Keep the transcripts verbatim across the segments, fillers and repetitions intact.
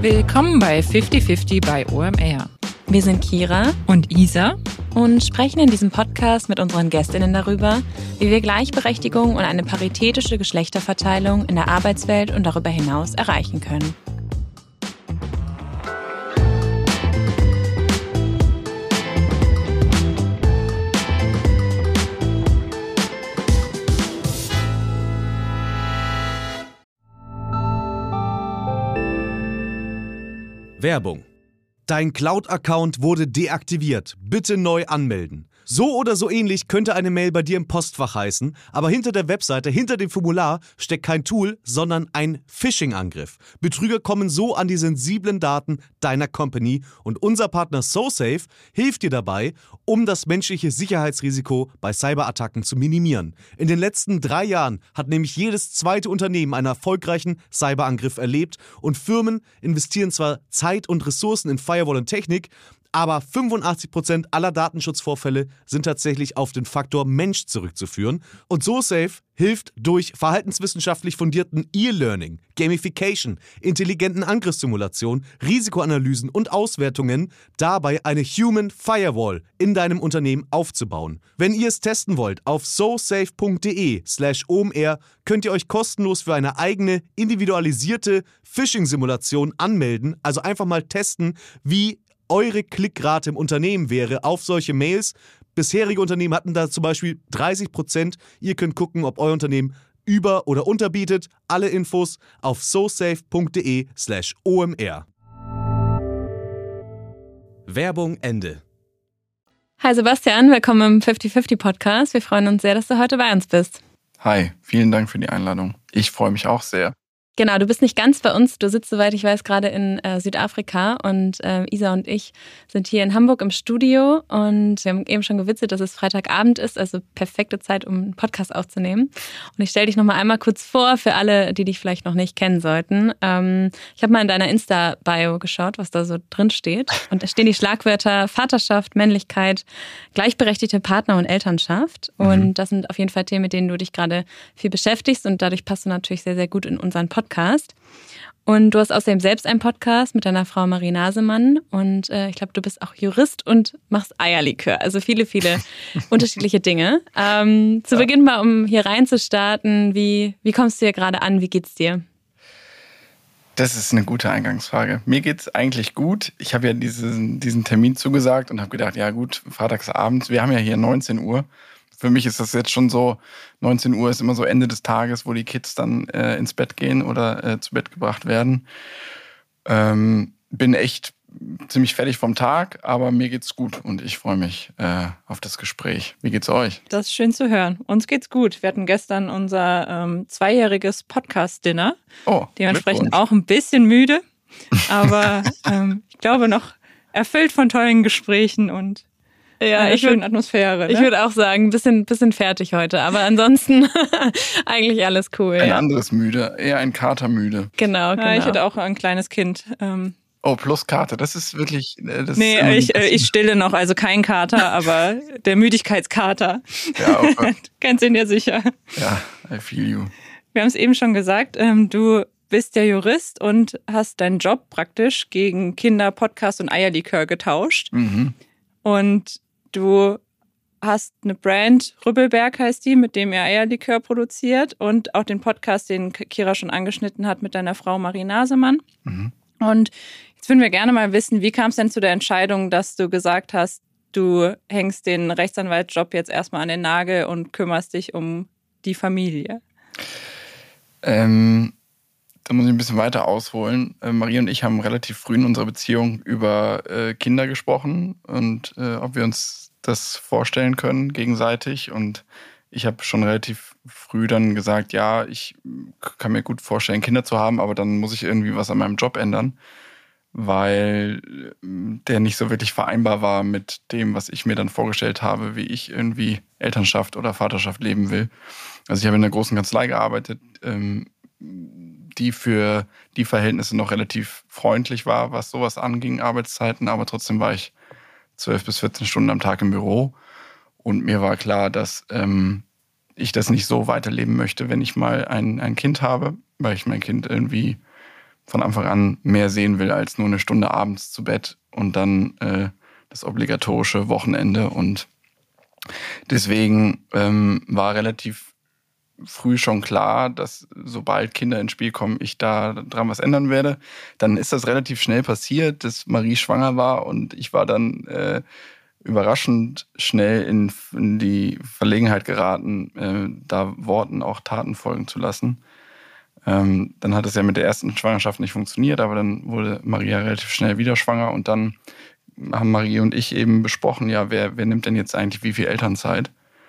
Willkommen bei fifty fifty bei O M R. Wir sind Kira und Isa und sprechen in diesem Podcast mit unseren Gästinnen darüber, wie wir Gleichberechtigung und eine paritätische Geschlechterverteilung in der Arbeitswelt und darüber hinaus erreichen können. Werbung. Dein Cloud-Account wurde deaktiviert. Bitte neu anmelden. So oder so ähnlich könnte eine Mail bei dir im Postfach heißen, aber hinter der Webseite, hinter dem Formular steckt kein Tool, sondern ein Phishing-Angriff. Betrüger kommen so an die sensiblen Daten deiner Company und unser Partner SoSafe hilft dir dabei, um das menschliche Sicherheitsrisiko bei Cyberattacken zu minimieren. In den letzten drei Jahren hat nämlich jedes zweite Unternehmen einen erfolgreichen Cyberangriff erlebt und Firmen investieren zwar Zeit und Ressourcen in Firewall und Technik, aber fünfundachtzig Prozent aller Datenschutzvorfälle sind tatsächlich auf den Faktor Mensch zurückzuführen. Und SoSafe hilft durch verhaltenswissenschaftlich fundierten E-Learning, Gamification, intelligenten Angriffssimulationen, Risikoanalysen und Auswertungen dabei eine Human Firewall in deinem Unternehmen aufzubauen. Wenn ihr es testen wollt, auf sosafe.de slash omr könnt ihr euch kostenlos für eine eigene individualisierte Phishing-Simulation anmelden. Also einfach mal testen, wie eure Klickrate im Unternehmen wäre auf solche Mails. Bisherige Unternehmen hatten da zum Beispiel dreißig Prozent. Ihr könnt gucken, ob euer Unternehmen über- oder unterbietet. Alle Infos auf sosafe.de slash omr. Werbung Ende. Hi Sebastian, willkommen im fifty fifty Podcast. Wir freuen uns sehr, dass du heute bei uns bist. Hi, vielen Dank für die Einladung. Ich freue mich auch sehr. Genau, du bist nicht ganz bei uns. Du sitzt, soweit ich weiß, gerade in äh, Südafrika und äh, Isa und ich sind hier in Hamburg im Studio und wir haben eben schon gewitzelt, dass es Freitagabend ist, also perfekte Zeit, um einen Podcast aufzunehmen. Und ich stelle dich noch mal einmal kurz vor für alle, die dich vielleicht noch nicht kennen sollten. Ähm, ich habe mal in deiner Insta-Bio geschaut, was da so drin steht. Und da stehen die Schlagwörter Vaterschaft, Männlichkeit, gleichberechtigte Partner und Elternschaft. Mhm. Und das sind auf jeden Fall Themen, mit denen du dich gerade viel beschäftigst und dadurch passt du natürlich sehr, sehr gut in unseren Podcast. Podcast. Und du hast außerdem selbst einen Podcast mit deiner Frau Marie Nasemann und äh, ich glaube, du bist auch Jurist und machst Eierlikör. Also viele, viele unterschiedliche Dinge. Ähm, zu ja. Beginn mal, um hier reinzustarten, wie, wie kommst du hier gerade an? Wie geht's dir? Das ist eine gute Eingangsfrage. Mir geht's eigentlich gut. Ich habe ja diesen, diesen Termin zugesagt und habe gedacht, ja gut, freitagsabends, wir haben ja hier neunzehn Uhr. Für mich ist das jetzt schon so, neunzehn Uhr ist immer so Ende des Tages, wo die Kids dann äh, ins Bett gehen oder äh, zu Bett gebracht werden. Ähm, bin echt ziemlich fertig vom Tag, aber mir geht's gut und ich freue mich äh, auf das Gespräch. Wie geht's euch? Das ist schön zu hören. Uns geht's gut. Wir hatten gestern unser ähm, zweijähriges Podcast-Dinner. Oh, dementsprechend auch ein bisschen müde, aber ähm, ich glaube noch erfüllt von tollen Gesprächen und ja, eine ich schöne würd, Atmosphäre. Ne? Ich würde auch sagen, ein bisschen, bisschen fertig heute, aber ansonsten eigentlich alles cool. Ein ja. anderes müde, eher ein Katermüde. Genau, genau. Ja, ich hatte auch ein kleines Kind. Ähm, oh, plus Kater, das ist wirklich... Das nee, ist ich, ich stille noch, also kein Kater, aber der Müdigkeitskater. Ja, okay. Kennst ihn ja sicher. Ja, I feel you. Wir haben es eben schon gesagt, ähm, du bist ja Jurist und hast deinen Job praktisch gegen Kinder, Podcast und Eierlikör getauscht. Mhm. Und du hast eine Brand, Rübbelberg heißt die, mit dem ihr Eierlikör produziert und auch den Podcast, den Kira schon angeschnitten hat mit deiner Frau Marie Nasemann. Mhm. Und jetzt würden wir gerne mal wissen, wie kam es denn zu der Entscheidung, dass du gesagt hast, du hängst den Rechtsanwaltsjob jetzt erstmal an den Nagel und kümmerst dich um die Familie? Ähm, da muss ich ein bisschen weiter ausholen. Äh, Marie und ich haben relativ früh in unserer Beziehung über äh, Kinder gesprochen und äh, ob wir uns das vorstellen können gegenseitig. Und ich habe schon relativ früh dann gesagt, ja, ich kann mir gut vorstellen, Kinder zu haben, aber dann muss ich irgendwie was an meinem Job ändern, weil der nicht so wirklich vereinbar war mit dem, was ich mir dann vorgestellt habe, wie ich irgendwie Elternschaft oder Vaterschaft leben will. Also ich habe in einer großen Kanzlei gearbeitet, ähm, die für die Verhältnisse noch relativ freundlich war, was sowas anging, Arbeitszeiten, aber trotzdem war ich zwölf bis vierzehn Stunden am Tag im Büro und mir war klar, dass ähm, ich das nicht so weiterleben möchte, wenn ich mal ein, ein Kind habe, weil ich mein Kind irgendwie von Anfang an mehr sehen will als nur eine Stunde abends zu Bett und dann äh, das obligatorische Wochenende. Und deswegen ähm, war relativ früh schon klar, dass sobald Kinder ins Spiel kommen, ich da dran was ändern werde. Dann ist das relativ schnell passiert, dass Marie schwanger war und ich war dann äh, überraschend schnell in, in die Verlegenheit geraten, äh, da Worten auch Taten folgen zu lassen. Ähm, dann hat es ja mit der ersten Schwangerschaft nicht funktioniert, aber dann wurde Maria relativ schnell wieder schwanger und dann haben Marie und ich eben besprochen, ja, wer, wer nimmt denn jetzt eigentlich wie viel Elternzeit?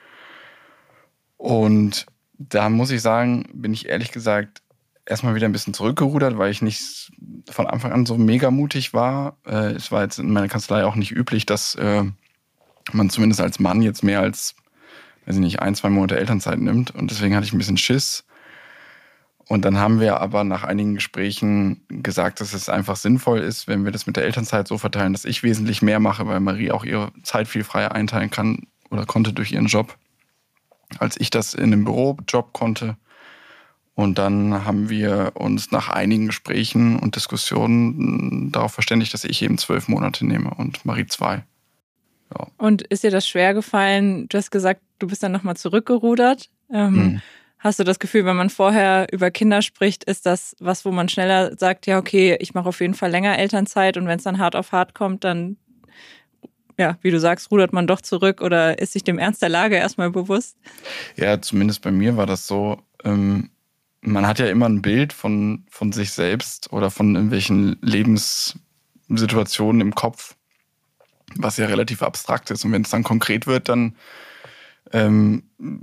Und da muss ich sagen, bin ich ehrlich gesagt erstmal wieder ein bisschen zurückgerudert, weil ich nicht von Anfang an so mega mutig war. Äh, es war jetzt in meiner Kanzlei auch nicht üblich, dass äh, man zumindest als Mann jetzt mehr als, weiß ich nicht, ein, zwei Monate Elternzeit nimmt. Und deswegen hatte ich ein bisschen Schiss. Und dann haben wir aber nach einigen Gesprächen gesagt, dass es einfach sinnvoll ist, wenn wir das mit der Elternzeit so verteilen, dass ich wesentlich mehr mache, weil Marie auch ihre Zeit viel freier einteilen kann oder konnte durch ihren Job, als ich das in einem Bürojob konnte. Und dann haben wir uns nach einigen Gesprächen und Diskussionen darauf verständigt, dass ich eben zwölf Monate nehme und Marie zwei. Ja. Und ist dir das schwer gefallen? Du hast gesagt, du bist dann nochmal zurückgerudert. Ähm, mhm. Hast du das Gefühl, wenn man vorher über Kinder spricht, ist das was, wo man schneller sagt, ja okay, ich mache auf jeden Fall länger Elternzeit und wenn es dann hart auf hart kommt, dann, ja, wie du sagst, rudert man doch zurück oder ist sich dem Ernst der Lage erstmal bewusst? Ja, zumindest bei mir war das so, ähm, man hat ja immer ein Bild von, von sich selbst oder von irgendwelchen Lebenssituationen im Kopf, was ja relativ abstrakt ist. Und wenn es dann konkret wird, dann ähm,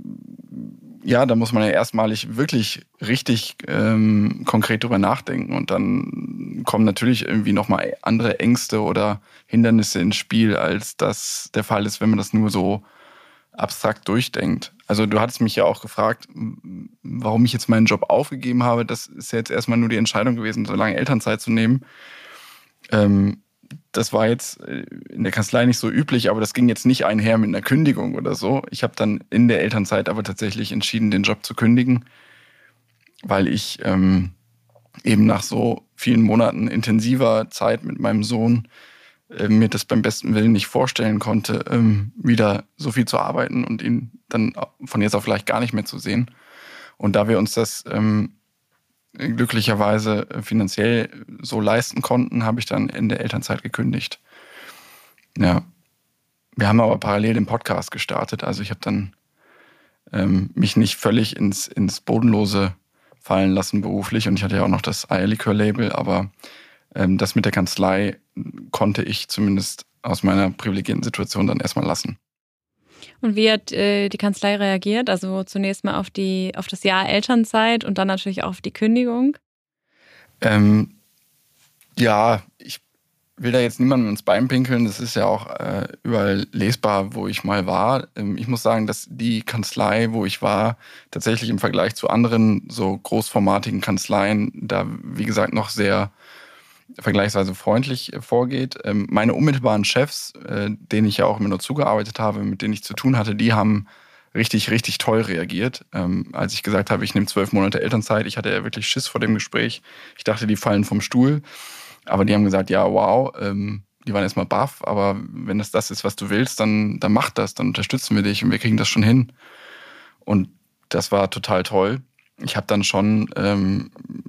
ja, da muss man ja erstmalig wirklich richtig ähm, konkret drüber nachdenken. Und dann kommen natürlich irgendwie nochmal andere Ängste oder Hindernisse ins Spiel, als das der Fall ist, wenn man das nur so abstrakt durchdenkt. Also du hattest mich ja auch gefragt, warum ich jetzt meinen Job aufgegeben habe. Das ist ja jetzt erstmal nur die Entscheidung gewesen, so lange Elternzeit zu nehmen. Ähm, das war jetzt in der Kanzlei nicht so üblich, aber das ging jetzt nicht einher mit einer Kündigung oder so. Ich habe dann in der Elternzeit aber tatsächlich entschieden, den Job zu kündigen, weil ich ähm, eben nach so vielen Monaten intensiver Zeit mit meinem Sohn äh, mir das beim besten Willen nicht vorstellen konnte, ähm, wieder so viel zu arbeiten und ihn dann von jetzt auf gleich gar nicht mehr zu sehen. Und da wir uns das ähm, glücklicherweise finanziell so leisten konnten, habe ich dann in der Elternzeit gekündigt. Ja, wir haben aber parallel den Podcast gestartet. Also ich habe dann ähm, mich nicht völlig ins, ins Bodenlose fallen lassen beruflich. Und ich hatte ja auch noch das Eierlikör-Label. Aber ähm, das mit der Kanzlei konnte ich zumindest aus meiner privilegierten Situation dann erstmal lassen. Und wie hat äh, die Kanzlei reagiert? Also zunächst mal auf die auf das Jahr Elternzeit und dann natürlich auch auf die Kündigung? Ähm, ja, ich will da jetzt niemandem ins Bein pinkeln. Das ist ja auch äh, überall lesbar, wo ich mal war. Ähm, ich muss sagen, dass die Kanzlei, wo ich war, tatsächlich im Vergleich zu anderen so großformatigen Kanzleien da, wie gesagt, noch sehr vergleichsweise freundlich vorgeht. Meine unmittelbaren Chefs, denen ich ja auch immer nur zugearbeitet habe, mit denen ich zu tun hatte, die haben richtig, richtig toll reagiert. Als ich gesagt habe, ich nehme zwölf Monate Elternzeit, ich hatte ja wirklich Schiss vor dem Gespräch. Ich dachte, die fallen vom Stuhl. Aber die haben gesagt, ja, wow, die waren erstmal baff, aber wenn das das ist, was du willst, dann, dann mach das, dann unterstützen wir dich und wir kriegen das schon hin. Und das war total toll. Ich habe dann schon, ähm,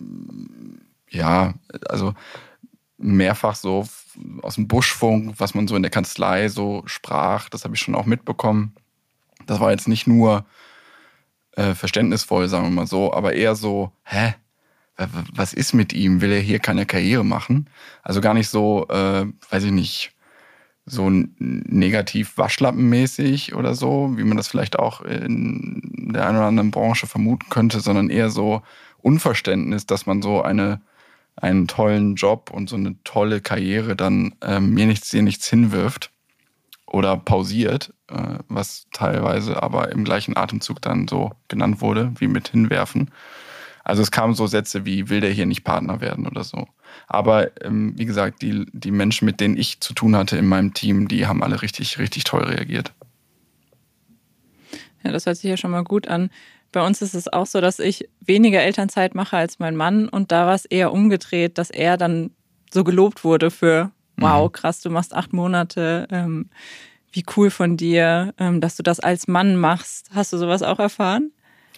ja, also mehrfach so aus dem Buschfunk, was man so in der Kanzlei so sprach, das habe ich schon auch mitbekommen. Das war jetzt nicht nur äh, verständnisvoll, sagen wir mal so, aber eher so, hä, was ist mit ihm? Will er hier keine Karriere machen? Also gar nicht so, äh, weiß ich nicht, so negativ waschlappenmäßig oder so, wie man das vielleicht auch in der einen oder anderen Branche vermuten könnte, sondern eher so Unverständnis, dass man so eine einen tollen Job und so eine tolle Karriere dann ähm, mir nichts, dir nichts hinwirft oder pausiert, äh, was teilweise aber im gleichen Atemzug dann so genannt wurde, wie mit hinwerfen. Also es kamen so Sätze wie, will der hier nicht Partner werden oder so. Aber ähm, wie gesagt, die, die Menschen, mit denen ich zu tun hatte in meinem Team, die haben alle richtig, richtig toll reagiert. Ja, das hört sich ja schon mal gut an. Bei uns ist es auch so, dass ich weniger Elternzeit mache als mein Mann und da war es eher umgedreht, dass er dann so gelobt wurde für wow, krass, du machst acht Monate, ähm, wie cool von dir, ähm, dass du das als Mann machst. Hast du sowas auch erfahren?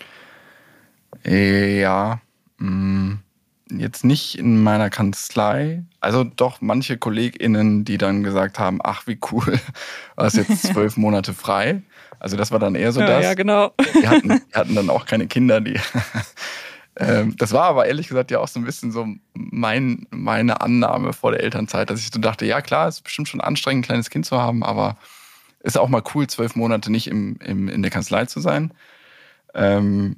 Ja, mh, jetzt nicht in meiner Kanzlei. Also doch manche KollegInnen, die dann gesagt haben, ach wie cool, du hast jetzt zwölf Monate frei. Also das war dann eher so ja, das. Ja, genau. Die hatten, die hatten dann auch keine Kinder, die... ähm, das war aber ehrlich gesagt ja auch so ein bisschen so mein, meine Annahme vor der Elternzeit, dass ich so dachte, ja klar, es ist bestimmt schon anstrengend, ein kleines Kind zu haben, aber ist auch mal cool, zwölf Monate nicht im, im, in der Kanzlei zu sein. Ähm,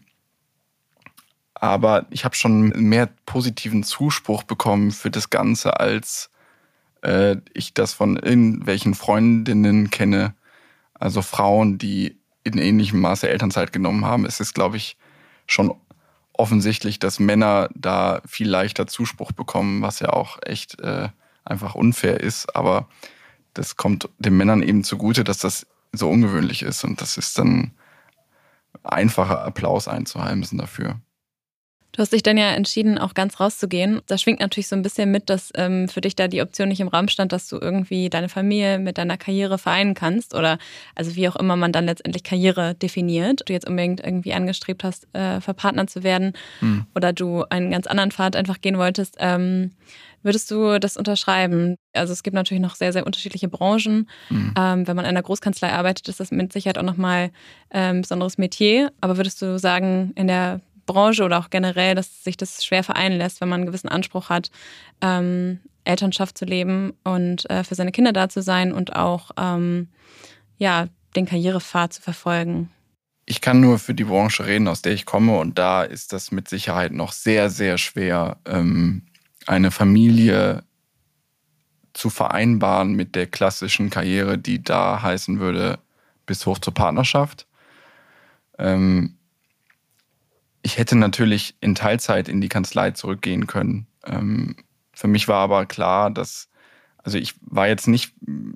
aber ich habe schon mehr positiven Zuspruch bekommen für das Ganze, als äh, ich das von irgendwelchen Freundinnen kenne. Also Frauen, die in ähnlichem Maße Elternzeit genommen haben. Es ist, glaube ich, schon offensichtlich, dass Männer da viel leichter Zuspruch bekommen, was ja auch echt äh, einfach unfair ist. Aber das kommt den Männern eben zugute, dass das so ungewöhnlich ist. Und das ist dann einfacher Applaus einzuheimsen dafür. Du hast dich dann ja entschieden, auch ganz rauszugehen. Da schwingt natürlich so ein bisschen mit, dass ähm, für dich da die Option nicht im Raum stand, dass du irgendwie deine Familie mit deiner Karriere vereinen kannst oder also wie auch immer man dann letztendlich Karriere definiert. Du jetzt unbedingt irgendwie angestrebt hast, äh, verpartnert zu werden hm. oder du einen ganz anderen Pfad einfach gehen wolltest. Ähm, würdest du das unterschreiben? Also es gibt natürlich noch sehr, sehr unterschiedliche Branchen. Hm. Ähm, wenn man in einer Großkanzlei arbeitet, ist das mit Sicherheit auch nochmal ein ähm, besonderes Metier. Aber würdest du sagen, in der Branche oder auch generell, dass sich das schwer vereinen lässt, wenn man einen gewissen Anspruch hat, ähm, Elternschaft zu leben und äh, für seine Kinder da zu sein und auch ähm, ja, den Karrierepfad zu verfolgen? Ich kann nur für die Branche reden, aus der ich komme, und da ist das mit Sicherheit noch sehr, sehr schwer, ähm, eine Familie zu vereinbaren mit der klassischen Karriere, die da heißen würde, bis hoch zur Partnerschaft. Ähm, Ich hätte natürlich in Teilzeit in die Kanzlei zurückgehen können. Ähm, für mich war aber klar, dass, also ich war jetzt nicht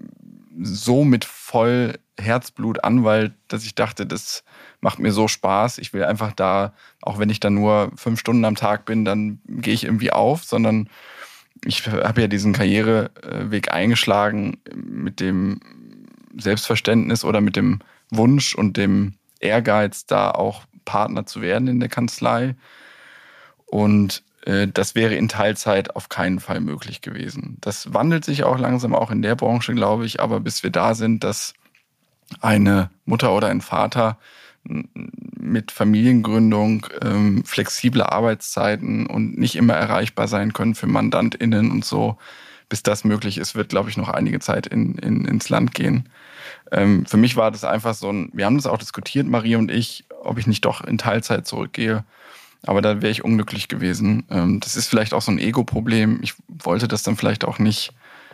so mit voll Herzblut Anwalt, dass ich dachte, das macht mir so Spaß. Ich will einfach da, auch wenn ich da nur fünf Stunden am Tag bin, dann gehe ich irgendwie auf, sondern ich habe ja diesen Karriereweg eingeschlagen mit dem Selbstverständnis oder mit dem Wunsch und dem Ehrgeiz, da auch Partner zu werden in der Kanzlei. Und äh, das wäre in Teilzeit auf keinen Fall möglich gewesen. Das wandelt sich auch langsam, auch in der Branche, glaube ich. Aber bis wir da sind, dass eine Mutter oder ein Vater mit Familiengründung, ähm, flexible Arbeitszeiten und nicht immer erreichbar sein können für MandantInnen und so, bis das möglich ist, wird, glaube ich, noch einige Zeit in, in, ins Land gehen. Ähm, für mich war das einfach so ein, wir haben das auch diskutiert, Marie und ich, ob ich nicht doch in Teilzeit zurückgehe. Aber da wäre ich unglücklich gewesen. Ähm, das ist vielleicht auch so ein Ego-Problem. Ich wollte das dann vielleicht auch nicht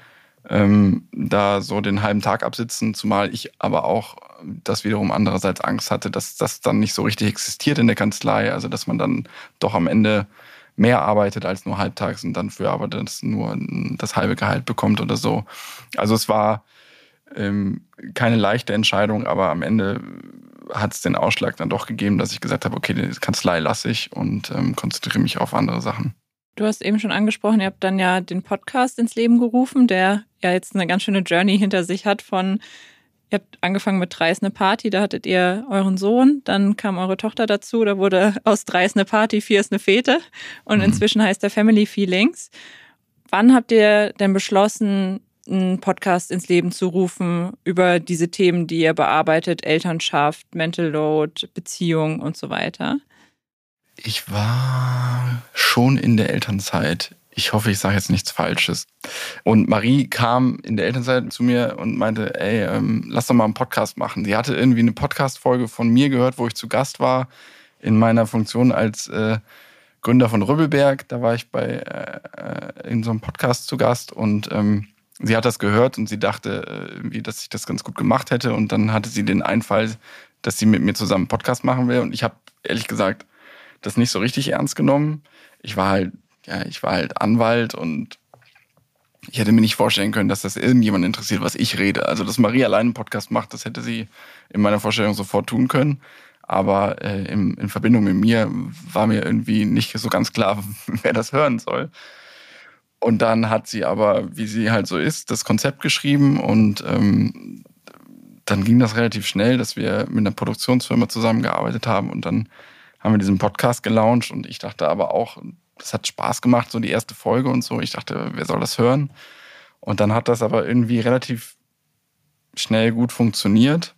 ähm, da so den halben Tag absitzen, zumal ich aber auch das wiederum andererseits Angst hatte, dass das dann nicht so richtig existiert in der Kanzlei. Also dass man dann doch am Ende mehr arbeitet als nur halbtags und dann für aber das nur das halbe Gehalt bekommt oder so. Also es war ähm, keine leichte Entscheidung, aber am Ende hat es den Ausschlag dann doch gegeben, dass ich gesagt habe, okay, die Kanzlei lasse ich und ähm, konzentriere mich auf andere Sachen. Du hast eben schon angesprochen, ihr habt dann ja den Podcast ins Leben gerufen, der ja jetzt eine ganz schöne Journey hinter sich hat von, ihr habt angefangen mit Drei ist eine Party, da hattet ihr euren Sohn, dann kam eure Tochter dazu, da wurde aus Drei ist eine Party, Vier ist eine Fete und mhm. inzwischen heißt der Family Feelings. Wann habt ihr denn beschlossen, einen Podcast ins Leben zu rufen über diese Themen, die ihr bearbeitet, Elternschaft, Mental Load, Beziehung und so weiter? Ich war schon in der Elternzeit. Ich hoffe, ich sage jetzt nichts Falsches. Und Marie kam in der Elternzeit zu mir und meinte, ey, ähm, lass doch mal einen Podcast machen. Sie hatte irgendwie eine Podcast-Folge von mir gehört, wo ich zu Gast war, in meiner Funktion als äh, Gründer von Rübbelberg. Da war ich bei äh, in so einem Podcast zu Gast und ähm, sie hat das gehört und sie dachte irgendwie, dass ich das ganz gut gemacht hätte. Und dann hatte sie den Einfall, dass sie mit mir zusammen einen Podcast machen will. Und ich habe ehrlich gesagt das nicht so richtig ernst genommen. Ich war halt, ja, ich war halt Anwalt und ich hätte mir nicht vorstellen können, dass das irgendjemand interessiert, was ich rede. Also, dass Marie allein einen Podcast macht, das hätte sie in meiner Vorstellung sofort tun können. Aber äh, in, in Verbindung mit mir war mir irgendwie nicht so ganz klar, wer das hören soll. Und dann hat sie aber, wie sie halt so ist, das Konzept geschrieben und ähm, dann ging das relativ schnell, dass wir mit einer Produktionsfirma zusammengearbeitet haben und dann haben wir diesen Podcast gelauncht und ich dachte aber auch, das hat Spaß gemacht, so die erste Folge und so. Ich dachte, wer soll das hören? Und dann hat das aber irgendwie relativ schnell gut funktioniert.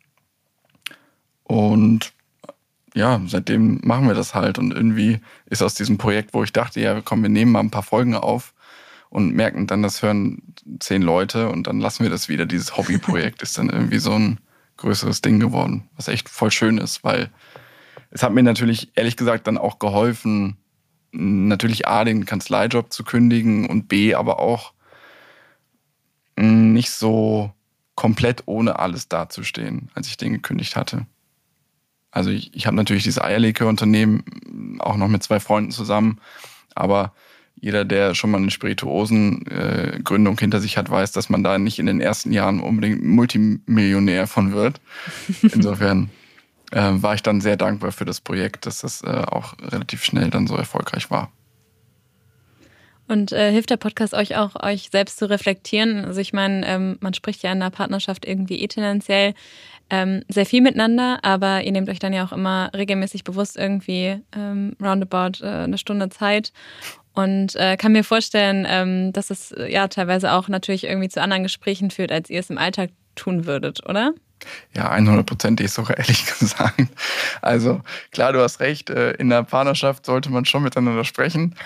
Und ja, seitdem machen wir das halt. Und irgendwie ist aus diesem Projekt, wo ich dachte, ja, komm, wir nehmen mal ein paar Folgen auf und merken dann, das hören zehn Leute und dann lassen wir das wieder. Dieses Hobbyprojekt ist dann irgendwie so ein größeres Ding geworden, was echt voll schön ist, weil es hat mir natürlich, ehrlich gesagt, dann auch geholfen, natürlich A, den Kanzleijob zu kündigen und B, aber auch nicht so komplett ohne alles dazustehen, als ich den gekündigt hatte. Also ich, ich habe natürlich dieses Eierlikör-Unternehmen auch noch mit zwei Freunden zusammen, aber jeder, der schon mal eine Spirituosen-Gründung hinter sich hat, weiß, dass man da nicht in den ersten Jahren unbedingt Multimillionär von wird. Insofern äh, war ich dann sehr dankbar für das Projekt, dass das äh, auch relativ schnell dann so erfolgreich war. Und äh, hilft der Podcast euch auch, euch selbst zu reflektieren? Also ich meine, ähm, man spricht ja in einer Partnerschaft irgendwie eh tendenziell ähm, sehr viel miteinander, aber ihr nehmt euch dann ja auch immer regelmäßig bewusst irgendwie ähm, roundabout äh, eine Stunde Zeit. Und äh, kann mir vorstellen, ähm, dass es äh, ja teilweise auch natürlich irgendwie zu anderen Gesprächen führt, als ihr es im Alltag tun würdet, oder? Ja, hundertprozentig sogar, ehrlich gesagt. Also klar, du hast recht, äh, in der Partnerschaft sollte man schon miteinander sprechen.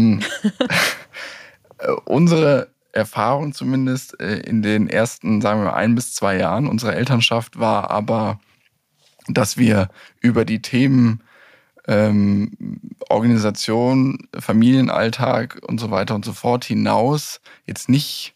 Unsere Erfahrung zumindest äh, in den ersten, sagen wir mal, ein bis zwei Jahren unserer Elternschaft war aber, dass wir über die Themen ähm, Organisation, Familienalltag und so weiter und so fort hinaus jetzt nicht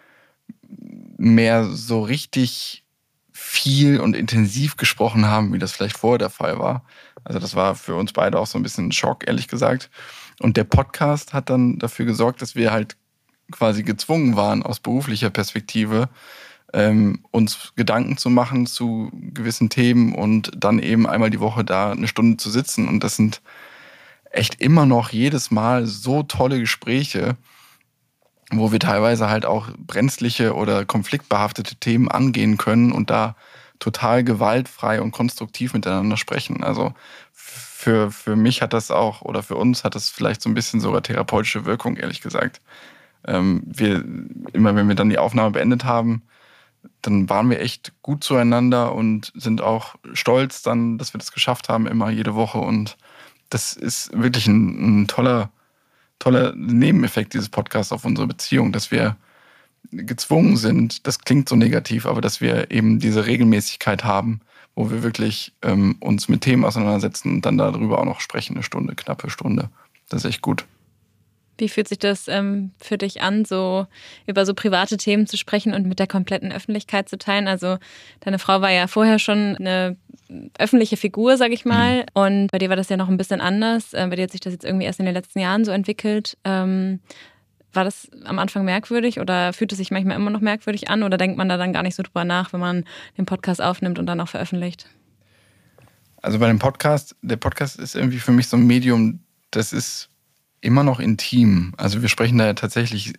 mehr so richtig viel und intensiv gesprochen haben, wie das vielleicht vorher der Fall war. Also das war für uns beide auch so ein bisschen ein Schock, ehrlich gesagt. Und der Podcast hat dann dafür gesorgt, dass wir halt quasi gezwungen waren, aus beruflicher Perspektive ähm, uns Gedanken zu machen zu gewissen Themen und dann eben einmal die Woche da eine Stunde zu sitzen. Und das sind echt immer noch jedes Mal so tolle Gespräche, wo wir teilweise halt auch brenzliche oder konfliktbehaftete Themen angehen können und da total gewaltfrei und konstruktiv miteinander sprechen. Also für, für mich hat das auch, oder für uns hat das vielleicht so ein bisschen sogar therapeutische Wirkung, ehrlich gesagt. Ähm, wir, immer wenn wir dann die Aufnahme beendet haben, dann waren wir echt gut zueinander und sind auch stolz dann, dass wir das geschafft haben, immer jede Woche. Und das ist wirklich ein, ein toller, toller Nebeneffekt dieses Podcasts auf unsere Beziehung, dass wir gezwungen sind, das klingt so negativ, aber dass wir eben diese Regelmäßigkeit haben, wo wir wirklich ähm, uns mit Themen auseinandersetzen und dann darüber auch noch sprechen, eine Stunde, knappe Stunde. Das ist echt gut. Wie fühlt sich das ähm, für dich an, so über so private Themen zu sprechen und mit der kompletten Öffentlichkeit zu teilen? Also deine Frau war ja vorher schon eine öffentliche Figur, sag ich mal. Mhm. Und bei dir war das ja noch ein bisschen anders. Äh, bei dir hat sich das jetzt irgendwie erst in den letzten Jahren so entwickelt. Ähm, war das am Anfang merkwürdig oder fühlt es sich manchmal immer noch merkwürdig an? Oder denkt man da dann gar nicht so drüber nach, wenn man den Podcast aufnimmt und dann auch veröffentlicht? Also bei dem Podcast, der Podcast ist irgendwie für mich so ein Medium, das ist immer noch intim. Also wir sprechen da ja tatsächlich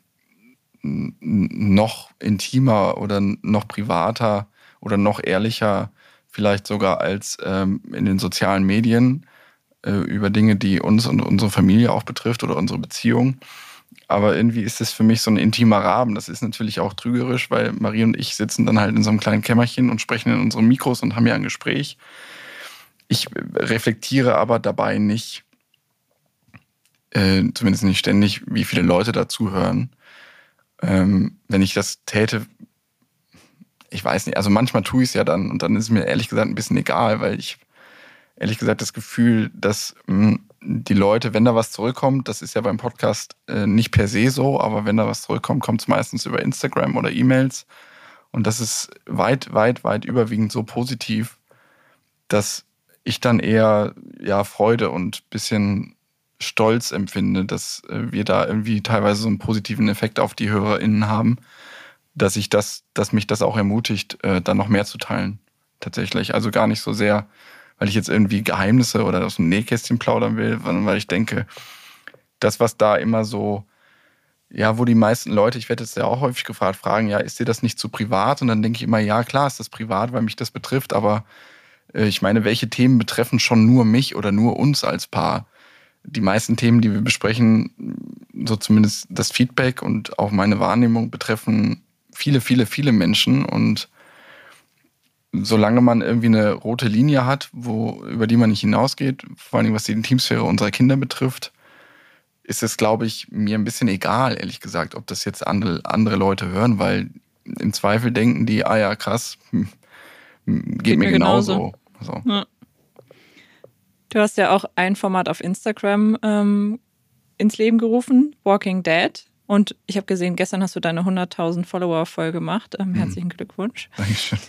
noch intimer oder noch privater oder noch ehrlicher, vielleicht sogar als ähm, in den sozialen Medien äh, über Dinge, die uns und unsere Familie auch betrifft oder unsere Beziehung. Aber irgendwie ist es für mich so ein intimer Rahmen. Das ist natürlich auch trügerisch, weil Marie und ich sitzen dann halt in so einem kleinen Kämmerchen und sprechen in unseren Mikros und haben ja ein Gespräch. Ich reflektiere aber dabei nicht, Äh, zumindest nicht ständig, wie viele Leute da zuhören. Ähm, wenn ich das täte, ich weiß nicht, also manchmal tue ich es ja dann und dann ist es mir ehrlich gesagt ein bisschen egal, weil ich ehrlich gesagt das Gefühl, dass mh, die Leute, wenn da was zurückkommt, das ist ja beim Podcast äh, nicht per se so, aber wenn da was zurückkommt, kommt es meistens über Instagram oder E-Mails und das ist weit, weit, weit überwiegend so positiv, dass ich dann eher ja Freude und ein bisschen Stolz empfinde, dass wir da irgendwie teilweise so einen positiven Effekt auf die HörerInnen haben, dass ich das, dass mich das auch ermutigt, dann noch mehr zu teilen. Tatsächlich. Also gar nicht so sehr, weil ich jetzt irgendwie Geheimnisse oder aus dem Nähkästchen plaudern will, sondern weil ich denke, das, was da immer so, ja, wo die meisten Leute, ich werde jetzt ja auch häufig gefragt, fragen, ja, ist dir das nicht zu privat? Und dann denke ich immer, ja, klar ist das privat, weil mich das betrifft, aber äh, ich meine, welche Themen betreffen schon nur mich oder nur uns als Paar? Die meisten Themen, die wir besprechen, so zumindest das Feedback und auch meine Wahrnehmung, betreffen viele, viele, viele Menschen. Und solange man irgendwie eine rote Linie hat, wo, über die man nicht hinausgeht, vor allem was die Intimsphäre unserer Kinder betrifft, ist es, glaube ich, mir ein bisschen egal, ehrlich gesagt, ob das jetzt andere, andere Leute hören, weil im Zweifel denken die, ah ja, krass, hm, geht, geht mir, mir genauso. genauso. So. Ja. Du hast ja auch ein Format auf Instagram ähm, ins Leben gerufen, Walking Dead. Und ich habe gesehen, gestern hast du deine hunderttausend Follower voll gemacht. Ähm, herzlichen mhm. Glückwunsch. Dankeschön.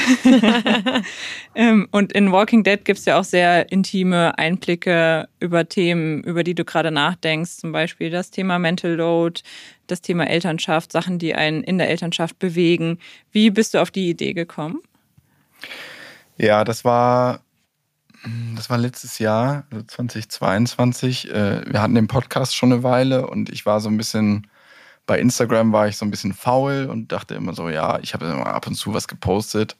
ähm, und in Walking Dead gibt es ja auch sehr intime Einblicke über Themen, über die du gerade nachdenkst. Zum Beispiel das Thema Mental Load, das Thema Elternschaft, Sachen, die einen in der Elternschaft bewegen. Wie bist du auf die Idee gekommen? Ja, das war... Das war letztes Jahr, also zweitausendzweiundzwanzig. Wir hatten den Podcast schon eine Weile und ich war so ein bisschen, bei Instagram war ich so ein bisschen faul und dachte immer so, ja, ich habe immer ab und zu was gepostet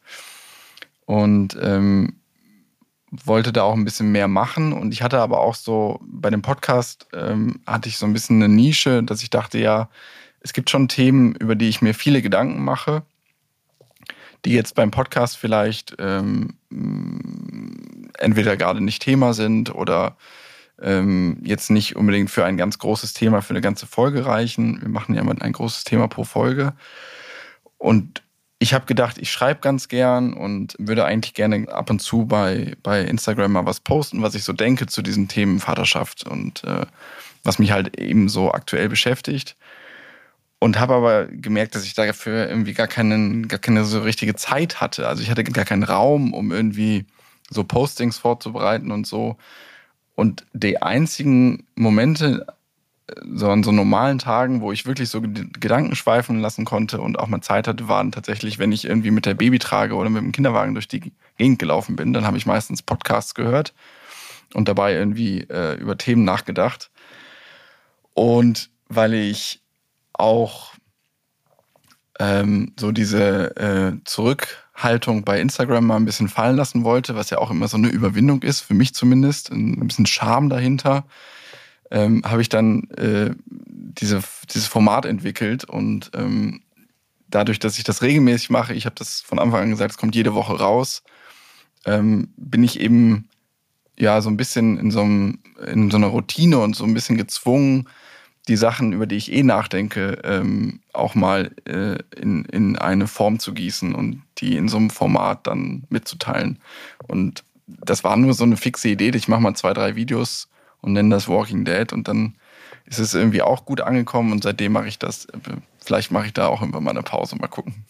und ähm, wollte da auch ein bisschen mehr machen. Und ich hatte aber auch so, bei dem Podcast ähm, hatte ich so ein bisschen eine Nische, dass ich dachte, ja, es gibt schon Themen, über die ich mir viele Gedanken mache, die jetzt beim Podcast vielleicht ähm, entweder gerade nicht Thema sind oder ähm, jetzt nicht unbedingt für ein ganz großes Thema für eine ganze Folge reichen. Wir machen ja immer ein großes Thema pro Folge. Und ich habe gedacht, ich schreibe ganz gern und würde eigentlich gerne ab und zu bei, bei Instagram mal was posten, was ich so denke zu diesen Themen Vaterschaft und äh, was mich halt eben so aktuell beschäftigt. Und habe aber gemerkt, dass ich dafür irgendwie gar, keinen, gar keine so richtige Zeit hatte. Also ich hatte gar keinen Raum, um irgendwie so Postings vorzubereiten und so. Und die einzigen Momente, so an so normalen Tagen, wo ich wirklich so Gedanken schweifen lassen konnte und auch mal Zeit hatte, waren tatsächlich, wenn ich irgendwie mit der Babytrage oder mit dem Kinderwagen durch die Gegend gelaufen bin. Dann habe ich meistens Podcasts gehört und dabei irgendwie äh, über Themen nachgedacht. Und weil ich auch ähm, so diese äh, Zurückhaltung bei Instagram mal ein bisschen fallen lassen wollte, was ja auch immer so eine Überwindung ist, für mich zumindest, ein bisschen Charme dahinter, ähm, habe ich dann äh, diese, dieses Format entwickelt und ähm, dadurch, dass ich das regelmäßig mache, ich habe das von Anfang an gesagt, es kommt jede Woche raus, ähm, bin ich eben ja so ein bisschen in so, einem, in so einer Routine und so ein bisschen gezwungen, die Sachen, über die ich eh nachdenke, ähm, auch mal äh, in, in eine Form zu gießen und die in so einem Format dann mitzuteilen. Und das war nur so eine fixe Idee, ich mache mal zwei, drei Videos und nenne das Walking Dead und dann ist es irgendwie auch gut angekommen und seitdem mache ich das. Vielleicht mache ich da auch immer mal eine Pause, mal gucken.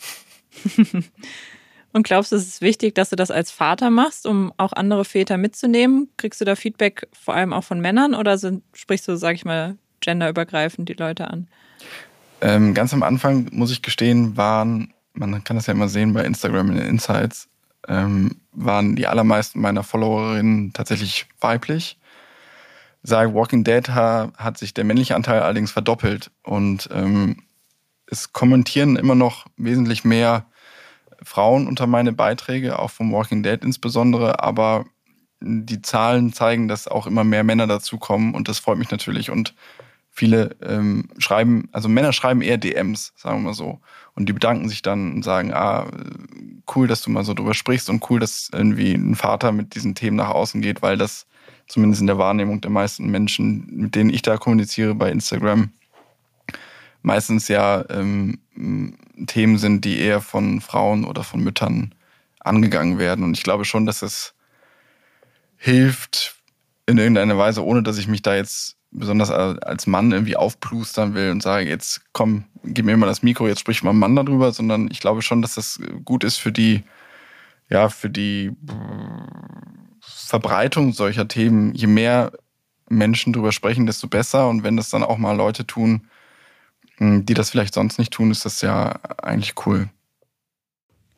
Und glaubst du, es ist wichtig, dass du das als Vater machst, um auch andere Väter mitzunehmen? Kriegst du da Feedback vor allem auch von Männern oder sind, sprichst du, sag ich mal, genderübergreifend die Leute an? Ähm, ganz am Anfang, muss ich gestehen, waren, man kann das ja immer sehen bei Instagram in den Insights, ähm, waren die allermeisten meiner Followerinnen tatsächlich weiblich. Seit Walking Dead ha, hat sich der männliche Anteil allerdings verdoppelt und ähm, es kommentieren immer noch wesentlich mehr Frauen unter meine Beiträge, auch vom Walking Dead insbesondere, aber die Zahlen zeigen, dass auch immer mehr Männer dazukommen und das freut mich natürlich und viele ähm, schreiben, also Männer schreiben eher D Ms, sagen wir mal so. Und die bedanken sich dann und sagen, ah, cool, dass du mal so drüber sprichst und cool, dass irgendwie ein Vater mit diesen Themen nach außen geht, weil das zumindest in der Wahrnehmung der meisten Menschen, mit denen ich da kommuniziere bei Instagram, meistens ja ähm, Themen sind, die eher von Frauen oder von Müttern angegangen werden. Und ich glaube schon, dass es hilft in irgendeiner Weise, ohne dass ich mich da jetzt besonders als Mann irgendwie aufplustern will und sage, jetzt komm, gib mir mal das Mikro, jetzt sprich mal ein Mann darüber, sondern ich glaube schon, dass das gut ist für die, ja, für die Verbreitung solcher Themen. Je mehr Menschen drüber sprechen, desto besser. Und wenn das dann auch mal Leute tun, die das vielleicht sonst nicht tun, ist das ja eigentlich cool.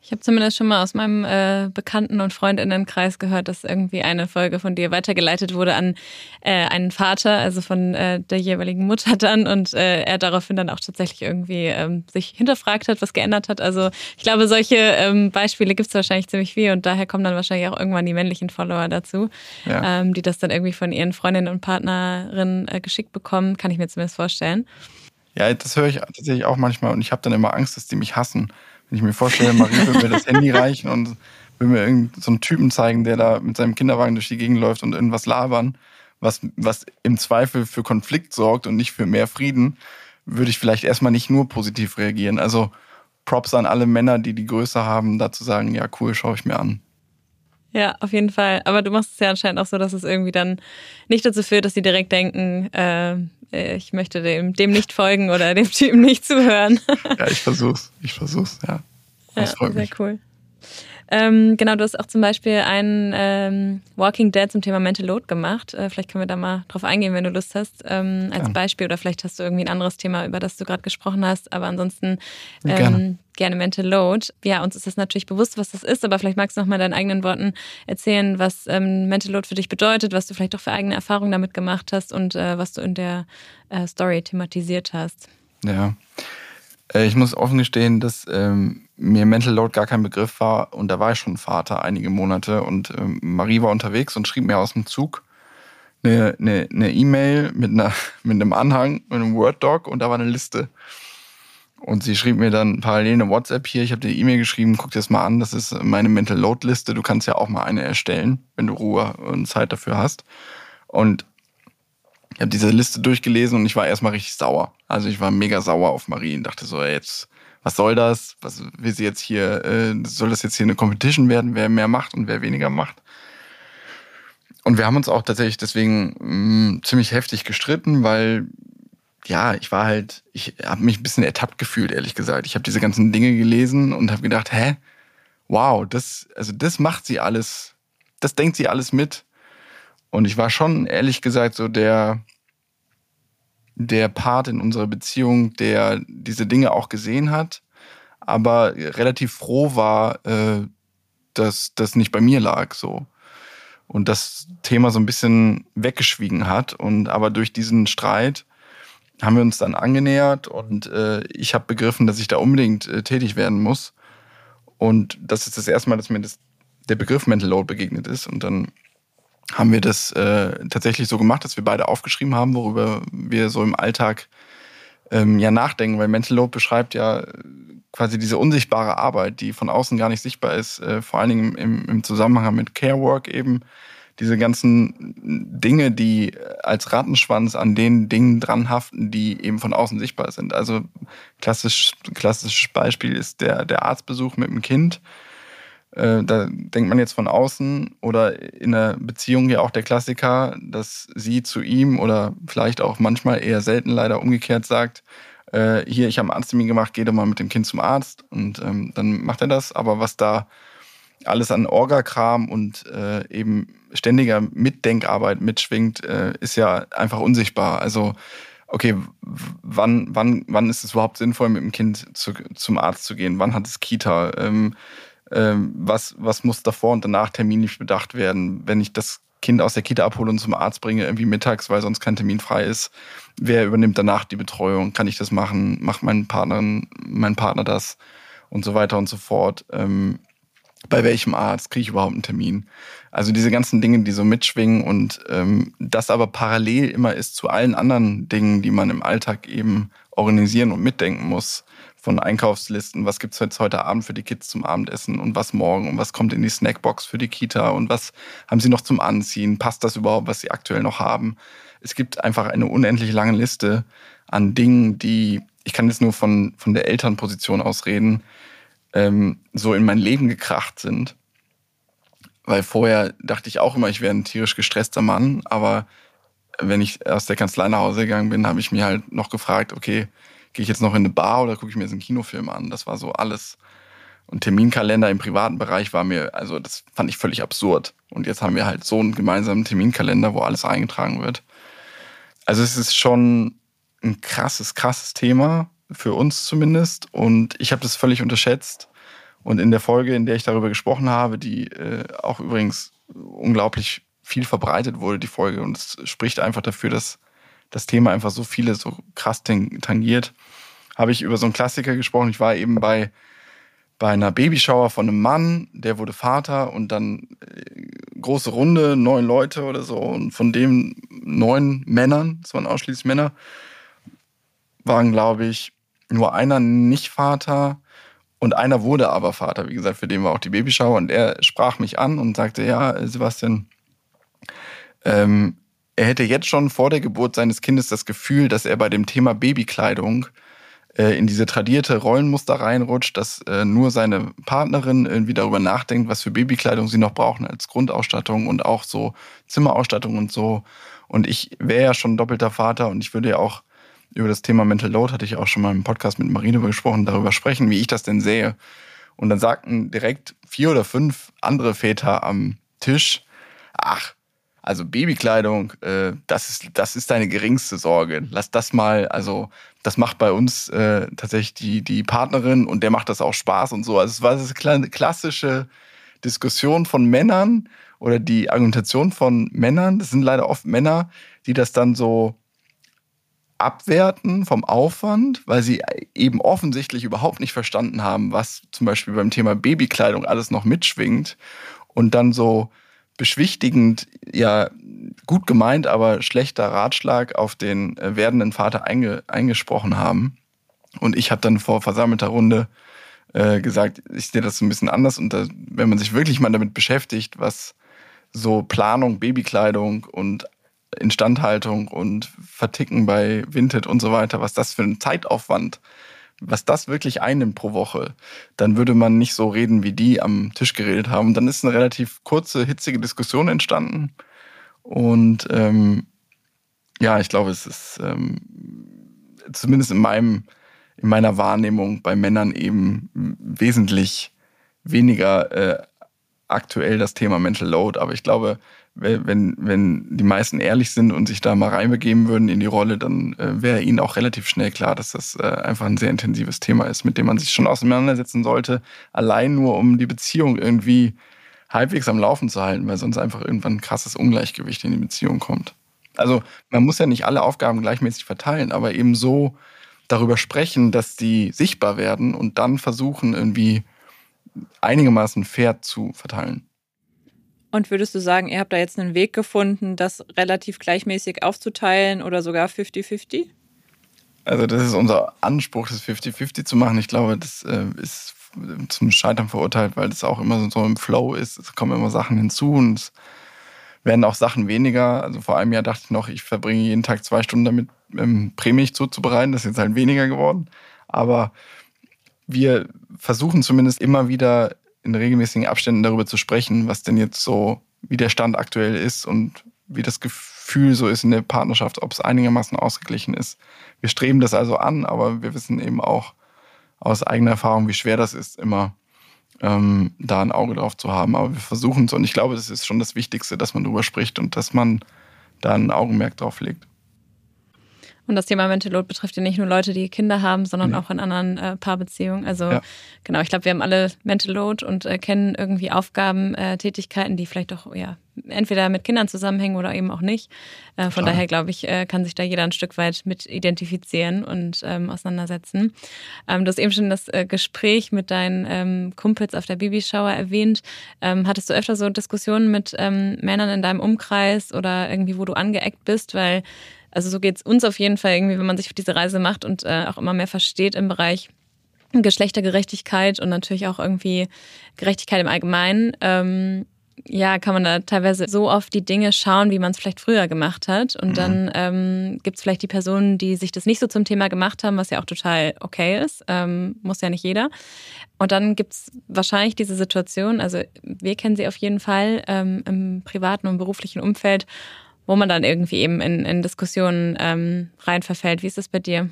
Ich habe zumindest schon mal aus meinem äh, Bekannten- und Freundinnenkreis gehört, dass irgendwie eine Folge von dir weitergeleitet wurde an äh, einen Vater, also von äh, der jeweiligen Mutter dann, und äh, er daraufhin dann auch tatsächlich irgendwie ähm, sich hinterfragt hat, was geändert hat. Also ich glaube, solche ähm, Beispiele gibt es wahrscheinlich ziemlich viel und daher kommen dann wahrscheinlich auch irgendwann die männlichen Follower dazu, ja. ähm, die das dann irgendwie von ihren Freundinnen und Partnerinnen äh, geschickt bekommen, kann ich mir zumindest vorstellen. Ja, das höre ich tatsächlich auch manchmal und ich habe dann immer Angst, dass die mich hassen. Wenn ich mir vorstelle, Marie würde mir das Handy reichen und will mir irgendeinen so einen Typen zeigen, der da mit seinem Kinderwagen durch die Gegend läuft und irgendwas labern, was, was im Zweifel für Konflikt sorgt und nicht für mehr Frieden, würde ich vielleicht erstmal nicht nur positiv reagieren. Also Props an alle Männer, die die Größe haben, da zu sagen, ja cool, schaue ich mir an. Ja, auf jeden Fall. Aber du machst es ja anscheinend auch so, dass es irgendwie dann nicht dazu führt, dass sie direkt denken, äh, ich möchte dem, dem nicht folgen oder dem Typen nicht zuhören. Ja, ich versuch's. Ich versuch's, ja. Das ja, freut sehr mich. Cool. Ähm, genau, du hast auch zum Beispiel ein ähm, Walking Dead zum Thema Mental Load gemacht. Äh, vielleicht können wir da mal drauf eingehen, wenn du Lust hast, ähm, als ja. Beispiel. Oder vielleicht hast du irgendwie ein anderes Thema, über das du gerade gesprochen hast. Aber ansonsten ähm, gerne. gerne Mental Load. Ja, uns ist das natürlich bewusst, was das ist. Aber vielleicht magst du noch mal in deinen eigenen Worten erzählen, was ähm, Mental Load für dich bedeutet, was du vielleicht auch für eigene Erfahrungen damit gemacht hast und äh, was du in der äh, Story thematisiert hast. Ja, äh, ich muss offen gestehen, dass ähm, mir Mental Load gar kein Begriff war und da war ich schon Vater einige Monate und ähm, Marie war unterwegs und schrieb mir aus dem Zug eine, eine, eine E-Mail mit, einer, mit einem Anhang, mit einem Word-Doc und da war eine Liste. Und sie schrieb mir dann parallel eine WhatsApp hier, ich habe dir die E-Mail geschrieben, guck dir das mal an, das ist meine Mental Load Liste, du kannst ja auch mal eine erstellen, wenn du Ruhe und Zeit dafür hast. Und ich habe diese Liste durchgelesen und ich war erstmal richtig sauer. Also ich war mega sauer auf Marie und dachte so, jetzt, was soll das? Was will sie jetzt hier, äh, soll das jetzt hier eine Competition werden, wer mehr macht und wer weniger macht? Und wir haben uns auch tatsächlich deswegen mh, ziemlich heftig gestritten, weil ja, ich war halt, ich habe mich ein bisschen ertappt gefühlt, ehrlich gesagt. Ich habe diese ganzen Dinge gelesen und habe gedacht, hä, wow, das, also das macht sie alles, das denkt sie alles mit. Und ich war schon, ehrlich gesagt, so der, der Part in unserer Beziehung, der diese Dinge auch gesehen hat, aber relativ froh war, äh, dass das nicht bei mir lag, so. Und das Thema so ein bisschen weggeschwiegen hat. Und aber durch diesen Streit haben wir uns dann angenähert und äh, ich habe begriffen, dass ich da unbedingt äh, tätig werden muss. Und das ist das erste Mal, dass mir das, der Begriff Mental Load begegnet ist. Und dann haben wir das äh, tatsächlich so gemacht, dass wir beide aufgeschrieben haben, worüber wir so im Alltag ähm, ja nachdenken. Weil Mental Load beschreibt ja quasi diese unsichtbare Arbeit, die von außen gar nicht sichtbar ist, äh, vor allen Dingen im, im Zusammenhang mit Care Work eben. Diese ganzen Dinge, die als Rattenschwanz an den Dingen dran haften, die eben von außen sichtbar sind. Also klassisch, klassisches Beispiel ist der, der Arztbesuch mit dem Kind. Äh, da denkt man jetzt von außen oder in einer Beziehung ja auch der Klassiker, dass sie zu ihm oder vielleicht auch manchmal eher selten leider umgekehrt sagt, äh, hier, ich habe einen Arzttermin gemacht, geh doch mal mit dem Kind zum Arzt. Und ähm, dann macht er das. Aber was da alles an Orga-Kram und äh, eben ständiger Mitdenkarbeit mitschwingt, äh, ist ja einfach unsichtbar. Also, okay, wann, wann, wann ist es überhaupt sinnvoll, mit dem Kind zu, zum Arzt zu gehen? Wann hat es Kita? Ähm, ähm, was, was muss davor und danach terminlich bedacht werden? Wenn ich das Kind aus der Kita abhole und zum Arzt bringe, irgendwie mittags, weil sonst kein Termin frei ist, wer übernimmt danach die Betreuung? Kann ich das machen? Macht mein Partner, mein Partner das? Und so weiter und so fort. Ähm, Bei welchem Arzt kriege ich überhaupt einen Termin? Also diese ganzen Dinge, die so mitschwingen und ähm, das aber parallel immer ist zu allen anderen Dingen, die man im Alltag eben organisieren und mitdenken muss. Von Einkaufslisten, was gibt's jetzt heute Abend für die Kids zum Abendessen und was morgen und was kommt in die Snackbox für die Kita und was haben sie noch zum Anziehen? Passt das überhaupt, was sie aktuell noch haben? Es gibt einfach eine unendlich lange Liste an Dingen, die, ich kann jetzt nur von, von der Elternposition aus reden, so in mein Leben gekracht sind. Weil vorher dachte ich auch immer, ich wäre ein tierisch gestresster Mann, aber wenn ich aus der Kanzlei nach Hause gegangen bin, habe ich mir halt noch gefragt, okay, gehe ich jetzt noch in eine Bar oder gucke ich mir jetzt einen Kinofilm an? Das war so alles. Und Terminkalender im privaten Bereich war mir, also das fand ich völlig absurd. Und jetzt haben wir halt so einen gemeinsamen Terminkalender, wo alles eingetragen wird. Also es ist schon ein krasses, krasses Thema, für uns zumindest. Und ich habe das völlig unterschätzt. Und in der Folge, in der ich darüber gesprochen habe, die äh, auch übrigens unglaublich viel verbreitet wurde, die Folge, und es spricht einfach dafür, dass das Thema einfach so viele so krass tangiert, habe ich über so einen Klassiker gesprochen. Ich war eben bei, bei einer Babyshower von einem Mann, der wurde Vater und dann äh, große Runde, neun Leute oder so, und von den neun Männern, das waren ausschließlich Männer, waren, glaube ich, nur einer nicht Vater und einer wurde aber Vater. Wie gesagt, für den war auch die Babyshower, und er sprach mich an und sagte, ja, Sebastian, ähm, er hätte jetzt schon vor der Geburt seines Kindes das Gefühl, dass er bei dem Thema Babykleidung äh, in diese tradierte Rollenmuster reinrutscht, dass äh, nur seine Partnerin irgendwie darüber nachdenkt, was für Babykleidung sie noch brauchen als Grundausstattung und auch so Zimmerausstattung und so. Und ich wäre ja schon doppelter Vater, und ich würde ja auch über das Thema Mental Load, hatte ich auch schon mal im Podcast mit Marine gesprochen, darüber sprechen, wie ich das denn sehe. Und dann sagten direkt vier oder fünf andere Väter am Tisch, ach, also Babykleidung, äh, das ist, das ist deine geringste Sorge. Lass das mal, also das macht bei uns äh, tatsächlich die, die Partnerin, und der macht das auch Spaß und so. Also es war eine klassische Diskussion von Männern oder die Argumentation von Männern. Das sind leider oft Männer, die das dann so abwerten vom Aufwand, weil sie eben offensichtlich überhaupt nicht verstanden haben, was zum Beispiel beim Thema Babykleidung alles noch mitschwingt, und dann so beschwichtigend, ja gut gemeint, aber schlechter Ratschlag auf den äh, werdenden Vater einge, eingesprochen haben. Und ich habe dann vor versammelter Runde äh, gesagt, ich sehe das so ein bisschen anders, und da, wenn man sich wirklich mal damit beschäftigt, was so Planung, Babykleidung und Instandhaltung und Verticken bei Vinted und so weiter, was das für ein Zeitaufwand, was das wirklich einnimmt pro Woche, dann würde man nicht so reden, wie die am Tisch geredet haben. Und dann ist eine relativ kurze, hitzige Diskussion entstanden. Und ähm, ja, ich glaube, es ist ähm, zumindest in meinem, in meiner Wahrnehmung bei Männern eben wesentlich weniger äh, aktuell das Thema Mental Load. Aber ich glaube, wenn, wenn die meisten ehrlich sind und sich da mal reinbegeben würden in die Rolle, dann äh, wäre ihnen auch relativ schnell klar, dass das äh, einfach ein sehr intensives Thema ist, mit dem man sich schon auseinandersetzen sollte, allein nur um die Beziehung irgendwie halbwegs am Laufen zu halten, weil sonst einfach irgendwann ein krasses Ungleichgewicht in die Beziehung kommt. Also man muss ja nicht alle Aufgaben gleichmäßig verteilen, aber eben so darüber sprechen, dass die sichtbar werden, und dann versuchen irgendwie einigermaßen fair zu verteilen. Und würdest du sagen, ihr habt da jetzt einen Weg gefunden, das relativ gleichmäßig aufzuteilen oder sogar fünfzig fünfzig? Also das ist unser Anspruch, das fünfzig fünfzig zu machen. Ich glaube, das äh, ist zum Scheitern verurteilt, weil das auch immer so im Flow ist. Es kommen immer Sachen hinzu und es werden auch Sachen weniger. Also vor einem Jahr dachte ich noch, ich verbringe jeden Tag zwei Stunden damit, ähm, Prämilch zuzubereiten. Das ist jetzt halt weniger geworden. Aber wir versuchen zumindest immer wieder in regelmäßigen Abständen darüber zu sprechen, was denn jetzt so, wie der Stand aktuell ist und wie das Gefühl so ist in der Partnerschaft, ob es einigermaßen ausgeglichen ist. Wir streben das also an, aber wir wissen eben auch aus eigener Erfahrung, wie schwer das ist, immer ähm, da ein Auge drauf zu haben. Aber wir versuchen es, und ich glaube, das ist schon das Wichtigste, dass man darüber spricht und dass man da ein Augenmerk drauf legt. Und das Thema Mental Load betrifft ja nicht nur Leute, die Kinder haben, sondern nee. auch in anderen äh, Paarbeziehungen. Also ja. genau, ich glaube, wir haben alle Mental Load und äh, kennen irgendwie Aufgaben, äh, Tätigkeiten, die vielleicht auch ja entweder mit Kindern zusammenhängen oder eben auch nicht. Äh, von Klar. daher, glaube ich, äh, kann sich da jeder ein Stück weit mit identifizieren und ähm, auseinandersetzen. Ähm, du hast eben schon das äh, Gespräch mit deinen ähm, Kumpels auf der Babyshower erwähnt. Ähm, hattest du öfter so Diskussionen mit ähm, Männern in deinem Umkreis oder irgendwie, wo du angeeckt bist? Weil Also so geht es uns auf jeden Fall irgendwie, wenn man sich auf diese Reise macht und äh, auch immer mehr versteht im Bereich Geschlechtergerechtigkeit und natürlich auch irgendwie Gerechtigkeit im Allgemeinen. Ähm, ja, kann man da teilweise so auf die Dinge schauen, wie man es vielleicht früher gemacht hat. Und mhm. dann ähm, gibt es vielleicht die Personen, die sich das nicht so zum Thema gemacht haben, was ja auch total okay ist. Ähm, muss ja nicht jeder. Und dann gibt es wahrscheinlich diese Situation, also wir kennen sie auf jeden Fall ähm, im privaten und beruflichen Umfeld, wo man dann irgendwie eben in, in Diskussionen ähm, rein verfällt. Wie ist das bei dir?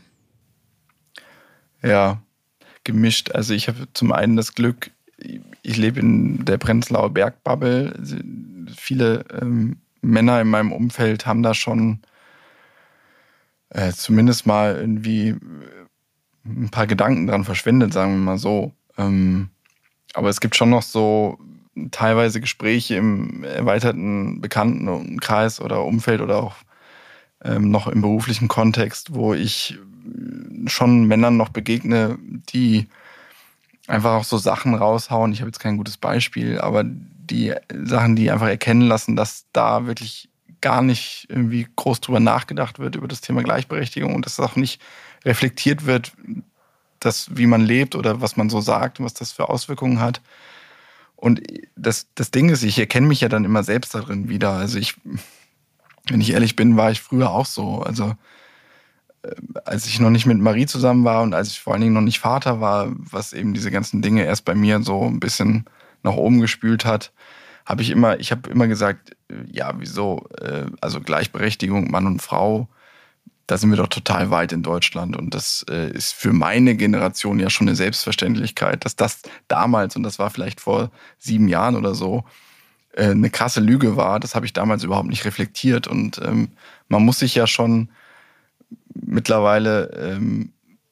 Ja, gemischt. Also ich habe zum einen das Glück, ich lebe in der Prenzlauer Bergbubble. Viele ähm, Männer in meinem Umfeld haben da schon äh, zumindest mal irgendwie ein paar Gedanken dran verschwendet, sagen wir mal so. Ähm, Aber es gibt schon noch so teilweise Gespräche im erweiterten Bekanntenkreis oder Umfeld oder auch ähm, noch im beruflichen Kontext, wo ich schon Männern noch begegne, die einfach auch so Sachen raushauen. Ich habe jetzt kein gutes Beispiel, aber die Sachen, die einfach erkennen lassen, dass da wirklich gar nicht irgendwie groß drüber nachgedacht wird über das Thema Gleichberechtigung und dass auch nicht reflektiert wird, dass, wie man lebt oder was man so sagt und was das für Auswirkungen hat. Und das, das Ding ist, ich erkenne mich ja dann immer selbst darin wieder. Also ich, wenn ich ehrlich bin, war ich früher auch so. Also als ich noch nicht mit Marie zusammen war und als ich vor allen Dingen noch nicht Vater war, was eben diese ganzen Dinge erst bei mir so ein bisschen nach oben gespült hat, habe ich immer, ich habe immer gesagt, ja, wieso, also Gleichberechtigung, Mann und Frau, da sind wir doch total weit in Deutschland und das ist für meine Generation ja schon eine Selbstverständlichkeit, dass das damals, und das war vielleicht vor sieben Jahren oder so, eine krasse Lüge war. Das habe ich damals überhaupt nicht reflektiert und ähm, man muss sich ja schon mittlerweile, ähm,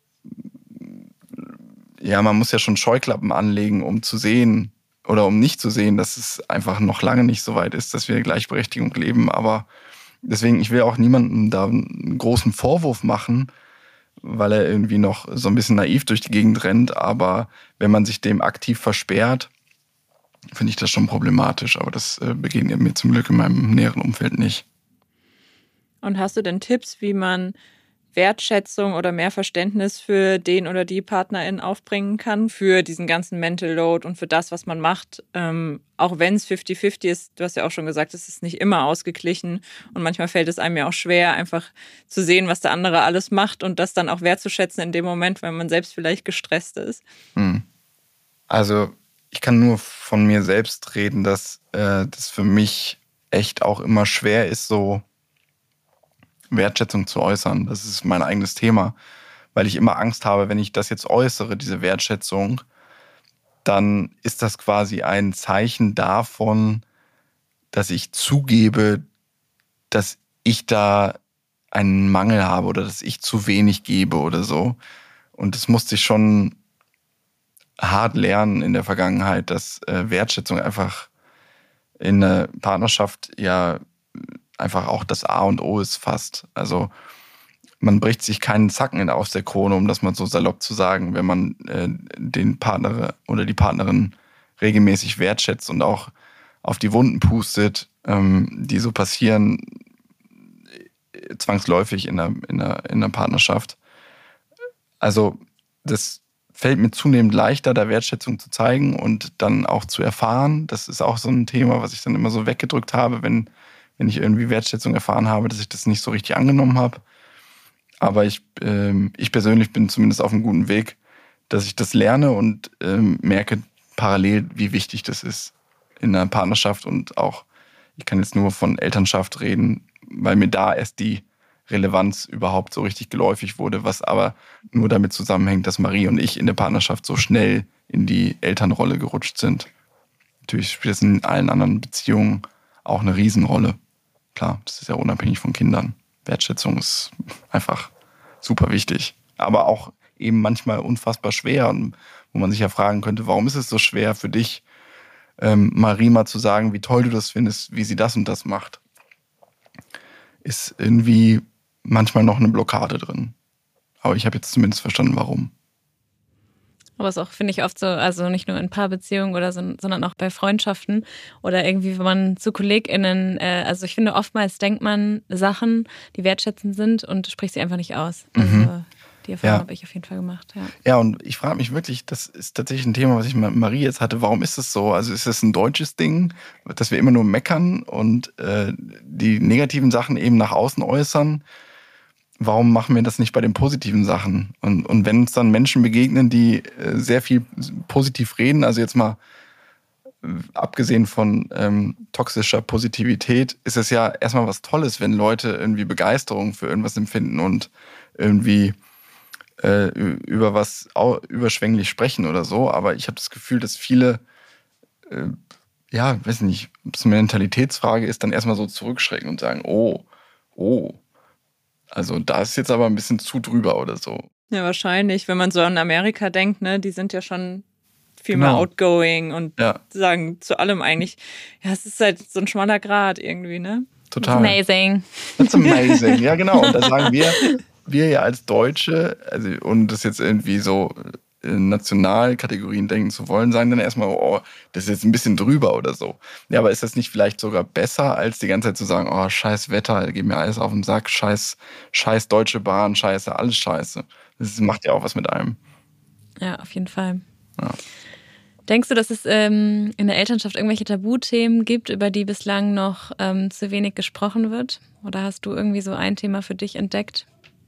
ja, man muss ja schon Scheuklappen anlegen, um zu sehen oder um nicht zu sehen, dass es einfach noch lange nicht so weit ist, dass wir Gleichberechtigung leben. Aber deswegen, ich will auch niemandem da einen großen Vorwurf machen, weil er irgendwie noch so ein bisschen naiv durch die Gegend rennt. Aber wenn man sich dem aktiv versperrt, finde ich das schon problematisch. Aber das äh, begegnet mir zum Glück in meinem näheren Umfeld nicht. Und hast du denn Tipps, wie man Wertschätzung oder mehr Verständnis für den oder die PartnerInnen aufbringen kann, für diesen ganzen Mental Load und für das, was man macht, ähm, auch wenn es fifty fifty ist, du hast ja auch schon gesagt, es ist nicht immer ausgeglichen und manchmal fällt es einem ja auch schwer, einfach zu sehen, was der andere alles macht und das dann auch wertzuschätzen in dem Moment, weil man selbst vielleicht gestresst ist. Hm. Also ich kann nur von mir selbst reden, dass äh, das für mich echt auch immer schwer ist, so Wertschätzung zu äußern. Das ist mein eigenes Thema, weil ich immer Angst habe, wenn ich das jetzt äußere, diese Wertschätzung, dann ist das quasi ein Zeichen davon, dass ich zugebe, dass ich da einen Mangel habe oder dass ich zu wenig gebe oder so. Und das musste ich schon hart lernen in der Vergangenheit, dass äh, Wertschätzung einfach in der Partnerschaft ja einfach auch das A und O ist fast. Also man bricht sich keinen Zacken aus der Krone, um das mal so salopp zu sagen, wenn man äh, den Partner oder die Partnerin regelmäßig wertschätzt und auch auf die Wunden pustet, ähm, die so passieren, äh, zwangsläufig in einer, in, einer, in einer Partnerschaft. Also das fällt mir zunehmend leichter, da Wertschätzung zu zeigen und dann auch zu erfahren. Das ist auch so ein Thema, was ich dann immer so weggedrückt habe, wenn wenn ich irgendwie Wertschätzung erfahren habe, dass ich das nicht so richtig angenommen habe. Aber ich, ähm, ich persönlich bin zumindest auf einem guten Weg, dass ich das lerne und ähm, merke parallel, wie wichtig das ist in einer Partnerschaft und auch, ich kann jetzt nur von Elternschaft reden, weil mir da erst die Relevanz überhaupt so richtig geläufig wurde, was aber nur damit zusammenhängt, dass Marie und ich in der Partnerschaft so schnell in die Elternrolle gerutscht sind. Natürlich spielt es in allen anderen Beziehungen auch eine Riesenrolle. Klar, das ist ja unabhängig von Kindern. Wertschätzung ist einfach super wichtig. Aber auch eben manchmal unfassbar schwer. Und wo man sich ja fragen könnte, warum ist es so schwer für dich, ähm, Marie mal zu sagen, wie toll du das findest, wie sie das und das macht. Ist irgendwie manchmal noch eine Blockade drin. Aber ich habe jetzt zumindest verstanden, warum. Aber es ist auch, finde ich, oft so, also nicht nur in Paarbeziehungen oder so, sondern auch bei Freundschaften oder irgendwie, wenn man zu KollegInnen, äh, also ich finde, oftmals denkt man Sachen, die wertschätzend sind und spricht sie einfach nicht aus. Also Mhm. die Erfahrung Ja. habe ich auf jeden Fall gemacht, ja. Ja, und ich frage mich wirklich, das ist tatsächlich ein Thema, was ich mit Marie jetzt hatte. Warum ist es so? Also ist es ein deutsches Ding, dass wir immer nur meckern und äh, die negativen Sachen eben nach außen äußern? Warum machen wir das nicht bei den positiven Sachen? Und, und wenn uns dann Menschen begegnen, die äh, sehr viel positiv reden, also jetzt mal äh, abgesehen von ähm, toxischer Positivität, ist es ja erstmal was Tolles, wenn Leute irgendwie Begeisterung für irgendwas empfinden und irgendwie äh, über was au- überschwänglich sprechen oder so. Aber ich habe das Gefühl, dass viele, äh, ja, weiß nicht, ob es eine Mentalitätsfrage ist, dann erstmal so zurückschrecken und sagen, oh, oh, also da ist jetzt aber ein bisschen zu drüber oder so. Ja, wahrscheinlich, wenn man so an Amerika denkt, ne, die sind ja schon viel genau. mehr outgoing und ja. sagen zu allem eigentlich, ja, es ist halt so ein schmaler Grat irgendwie, ne? Total. That's amazing. That's amazing, ja genau. Und da sagen wir, wir ja als Deutsche, also und das jetzt irgendwie so in Nationalkategorien denken zu wollen, sagen dann erstmal, oh, das ist jetzt ein bisschen drüber oder so. Ja, aber ist das nicht vielleicht sogar besser, als die ganze Zeit zu sagen, oh, scheiß Wetter, geht mir alles auf den Sack, scheiß, scheiß Deutsche Bahn, scheiße, alles scheiße. Das macht ja auch was mit einem. Ja, auf jeden Fall. Ja. Denkst du, dass es ähm, in der Elternschaft irgendwelche Tabuthemen gibt, über die bislang noch ähm, zu wenig gesprochen wird? Oder hast du irgendwie so ein Thema für dich entdeckt?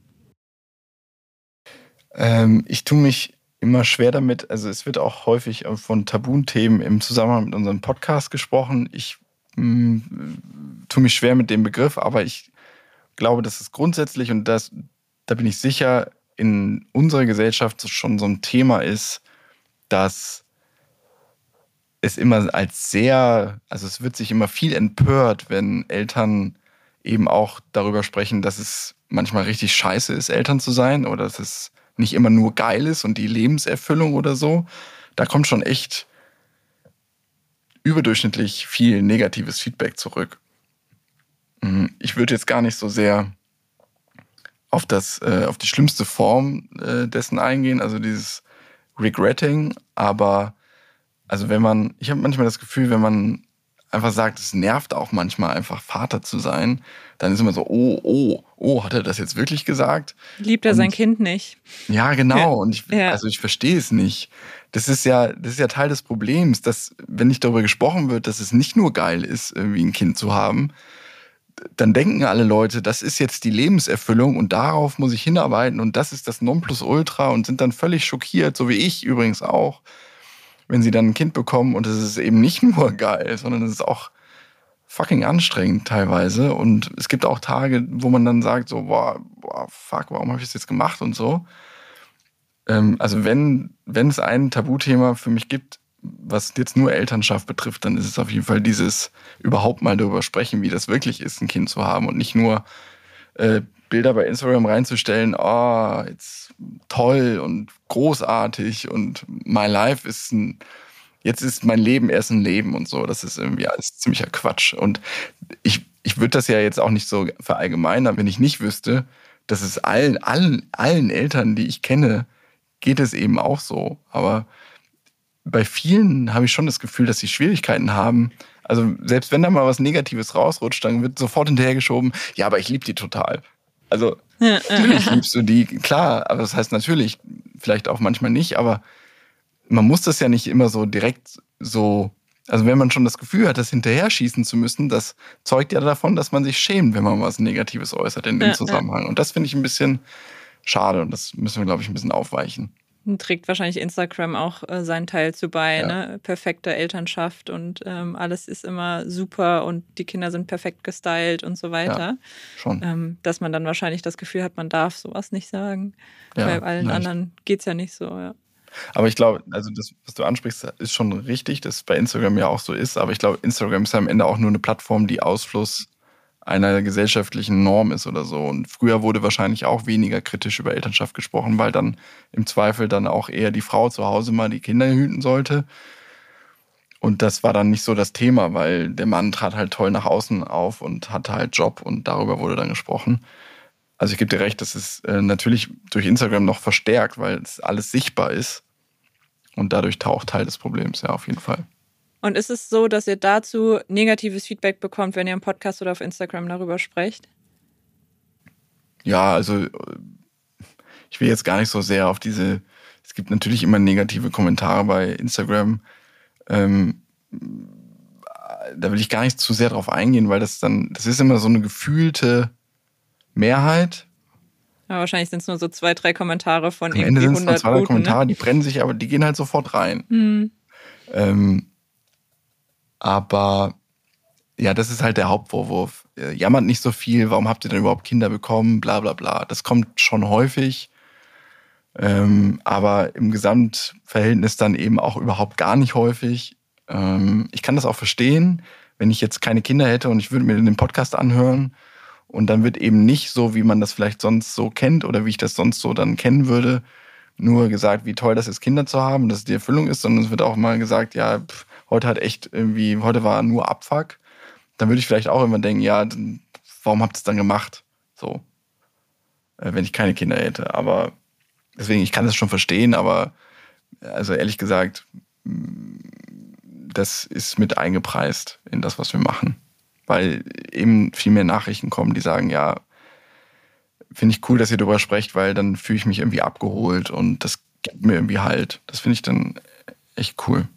Ähm, ich tue mich immer schwer damit, also es wird auch häufig von Tabuthemen im Zusammenhang mit unserem Podcast gesprochen. Ich mh, tue mich schwer mit dem Begriff, aber ich glaube, dass es grundsätzlich, und das, da bin ich sicher, in unserer Gesellschaft schon so ein Thema ist, dass es immer als sehr, also es wird sich immer viel empört, wenn Eltern eben auch darüber sprechen, dass es manchmal richtig scheiße ist, Eltern zu sein, oder dass es nicht immer nur geil ist und die Lebenserfüllung oder so. Da kommt schon echt überdurchschnittlich viel negatives Feedback zurück. Ich würde jetzt gar nicht so sehr auf das, äh, auf die schlimmste Form äh, dessen eingehen, also dieses Regretting, aber also wenn man, ich habe manchmal das Gefühl, wenn man einfach sagt, es nervt auch manchmal einfach Vater zu sein, dann ist immer so, oh, oh, oh, hat er das jetzt wirklich gesagt? Liebt er und, sein Kind nicht? Ja, genau. Ja. Und ich, Ja. also ich verstehe es nicht. Das ist ja, das ist ja Teil des Problems, dass wenn nicht darüber gesprochen wird, dass es nicht nur geil ist, irgendwie ein Kind zu haben, dann denken alle Leute, das ist jetzt die Lebenserfüllung und darauf muss ich hinarbeiten und das ist das Nonplusultra und sind dann völlig schockiert, so wie ich übrigens auch, wenn sie dann ein Kind bekommen und es ist eben nicht nur geil, sondern es ist auch fucking anstrengend teilweise. Und es gibt auch Tage, wo man dann sagt so, boah, boah fuck, warum habe ich das jetzt gemacht und so. Ähm, also wenn, wenn es ein Tabuthema für mich gibt, was jetzt nur Elternschaft betrifft, dann ist es auf jeden Fall dieses überhaupt mal darüber sprechen, wie das wirklich ist, ein Kind zu haben und nicht nur äh, Bilder bei Instagram reinzustellen, oh, jetzt toll und großartig und my life ist ein, jetzt ist mein Leben erst ein Leben und so. Das ist irgendwie alles ziemlicher Quatsch. Und ich, ich würde das ja jetzt auch nicht so verallgemeinern, wenn ich nicht wüsste, dass es allen, allen, allen Eltern, die ich kenne, geht es eben auch so. Aber bei vielen habe ich schon das Gefühl, dass sie Schwierigkeiten haben. Also selbst wenn da mal was Negatives rausrutscht, dann wird sofort hinterhergeschoben, ja, aber ich liebe die total. Also natürlich liebst du die, klar, aber das heißt natürlich, vielleicht auch manchmal nicht, aber man muss das ja nicht immer so direkt so, also wenn man schon das Gefühl hat, das hinterher schießen zu müssen, das zeugt ja davon, dass man sich schämt, wenn man was Negatives äußert in dem ja, Zusammenhang. Ja. Und das finde ich ein bisschen schade und das müssen wir, glaube ich, ein bisschen aufweichen. Trägt wahrscheinlich Instagram auch äh, seinen Teil zu bei, Ja. ne? Perfekte Elternschaft und ähm, alles ist immer super und die Kinder sind perfekt gestylt und so weiter. Ja, schon. Ähm, dass man dann wahrscheinlich das Gefühl hat, man darf sowas nicht sagen. Ja, Bei allen leicht. anderen geht es ja nicht so, ja. Aber ich glaube, also das, was du ansprichst, ist schon richtig, dass es bei Instagram ja auch so ist. Aber ich glaube, Instagram ist ja am Ende auch nur eine Plattform, die Ausfluss einer gesellschaftlichen Norm ist oder so. Und früher wurde wahrscheinlich auch weniger kritisch über Elternschaft gesprochen, weil dann im Zweifel dann auch eher die Frau zu Hause mal die Kinder hüten sollte. Und das war dann nicht so das Thema, weil der Mann trat halt toll nach außen auf und hatte halt Job und darüber wurde dann gesprochen. Also ich gebe dir recht, das ist äh, natürlich durch Instagram noch verstärkt, weil es alles sichtbar ist. Und dadurch taucht Teil des Problems, ja, auf jeden Fall. Und ist es so, dass ihr dazu negatives Feedback bekommt, wenn ihr im Podcast oder auf Instagram darüber sprecht? Ja, also ich will jetzt gar nicht so sehr auf diese, es gibt natürlich immer negative Kommentare bei Instagram. Ähm, da will ich gar nicht zu sehr drauf eingehen, weil das dann, das ist immer so eine gefühlte Mehrheit. Ja, wahrscheinlich sind es nur so zwei, drei Kommentare von Am irgendwie Ende sind es dann hundert zwei, drei guten, Kommentare, ne? die brennen sich, aber die gehen halt sofort rein. Hm. Ähm, aber ja, das ist halt der Hauptvorwurf. Äh, jammert nicht so viel, warum habt ihr denn überhaupt Kinder bekommen, bla bla bla. Das kommt schon häufig, ähm, aber im Gesamtverhältnis dann eben auch überhaupt gar nicht häufig. Ähm, ich kann das auch verstehen, wenn ich jetzt keine Kinder hätte und ich würde mir den Podcast anhören und dann wird eben nicht so, wie man das vielleicht sonst so kennt oder wie ich das sonst so dann kennen würde, nur gesagt, wie toll das ist, Kinder zu haben, dass es die Erfüllung ist, sondern es wird auch mal gesagt, ja, pff, heute hat echt irgendwie, heute war nur Abfuck. Dann würde ich vielleicht auch immer denken, ja, warum habt ihr es dann gemacht? So, äh, wenn ich keine Kinder hätte. Aber deswegen, ich kann das schon verstehen, aber also ehrlich gesagt, das ist mit eingepreist in das, was wir machen. Weil eben viel mehr Nachrichten kommen, die sagen, ja, finde ich cool, dass ihr darüber sprecht, weil dann fühle ich mich irgendwie abgeholt und das gibt mir irgendwie Halt. Das finde ich dann echt cool.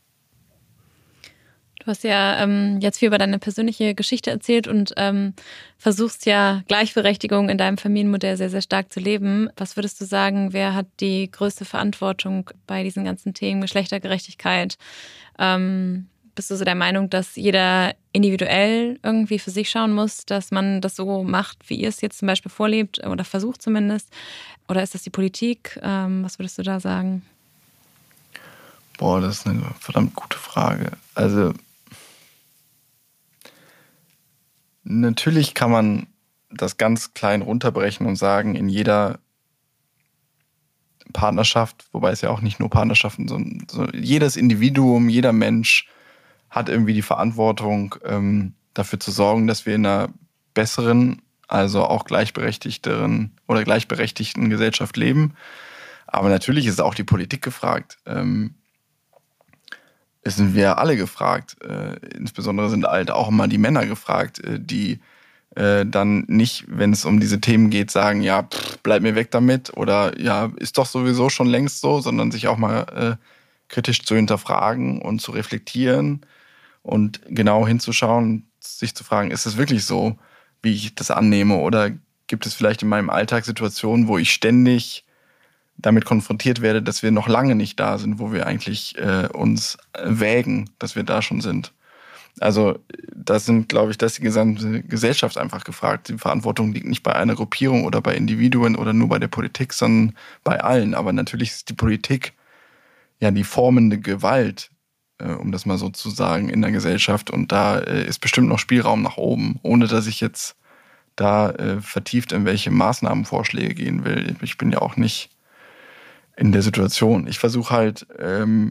Du hast ja ähm, jetzt viel über deine persönliche Geschichte erzählt und ähm, versuchst ja Gleichberechtigung in deinem Familienmodell sehr, sehr stark zu leben. Was würdest du sagen, wer hat die größte Verantwortung bei diesen ganzen Themen Geschlechtergerechtigkeit? Ähm, bist du so der Meinung, dass jeder individuell irgendwie für sich schauen muss, dass man das so macht, wie ihr es jetzt zum Beispiel vorlebt oder versucht zumindest? Oder ist das die Politik? Ähm, was würdest du da sagen? Boah, das ist eine verdammt gute Frage. Also natürlich kann man das ganz klein runterbrechen und sagen, in jeder Partnerschaft, wobei es ja auch nicht nur Partnerschaften, sondern so, jedes Individuum, jeder Mensch hat irgendwie die Verantwortung, ähm, dafür zu sorgen, dass wir in einer besseren, also auch gleichberechtigteren oder gleichberechtigten Gesellschaft leben. Aber natürlich ist auch die Politik gefragt. Ähm, es sind wir alle gefragt. Äh, insbesondere sind halt auch immer die Männer gefragt, äh, die äh, dann nicht, wenn es um diese Themen geht, sagen, ja, pff, bleib mir weg damit oder ja, ist doch sowieso schon längst so, sondern sich auch mal äh, kritisch zu hinterfragen und zu reflektieren und genau hinzuschauen, sich zu fragen, ist es wirklich so, wie ich das annehme oder gibt es vielleicht in meinem Alltag Situationen, wo ich ständig damit konfrontiert werde, dass wir noch lange nicht da sind, wo wir eigentlich äh, uns wägen, dass wir da schon sind. Also das sind, glaube ich, das ist die gesamte Gesellschaft einfach gefragt. Die Verantwortung liegt nicht bei einer Gruppierung oder bei Individuen oder nur bei der Politik, sondern bei allen. Aber natürlich ist die Politik ja die formende Gewalt, äh, um das mal so zu sagen, in der Gesellschaft. Und da äh, ist bestimmt noch Spielraum nach oben, ohne dass ich jetzt da äh, vertieft in welche Maßnahmenvorschläge gehen will. Ich bin ja auch nicht in der Situation. Ich versuche halt, ähm,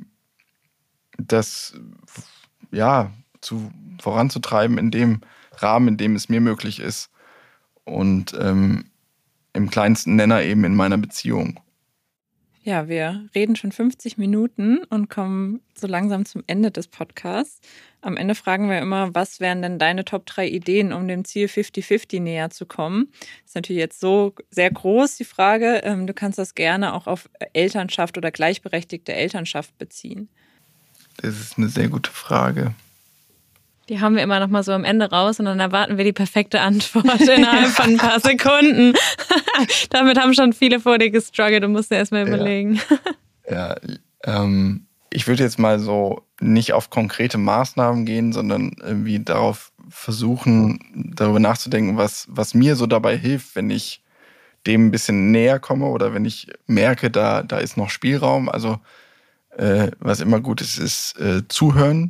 das ja, zu, voranzutreiben in dem Rahmen, in dem es mir möglich ist. Und ähm, im kleinsten Nenner eben in meiner Beziehung. Ja, wir reden schon fünfzig Minuten und kommen so langsam zum Ende des Podcasts. Am Ende fragen wir immer, was wären denn deine Top drei Ideen, um dem Ziel fifty fifty näher zu kommen? Das ist natürlich jetzt so sehr groß, die Frage. Du kannst das gerne auch auf Elternschaft oder gleichberechtigte Elternschaft beziehen. Das ist eine sehr gute Frage. Die haben wir immer noch mal so am Ende raus und dann erwarten wir die perfekte Antwort innerhalb von ein paar Sekunden. Damit haben schon viele vor dir gestruggelt und mussten erst mal überlegen. Ja, ja ähm, ich würde jetzt mal so nicht auf konkrete Maßnahmen gehen, sondern irgendwie darauf versuchen, darüber nachzudenken, was, was mir so dabei hilft, wenn ich dem ein bisschen näher komme oder wenn ich merke, da, da ist noch Spielraum. Also äh, was immer gut ist, ist äh, zuhören,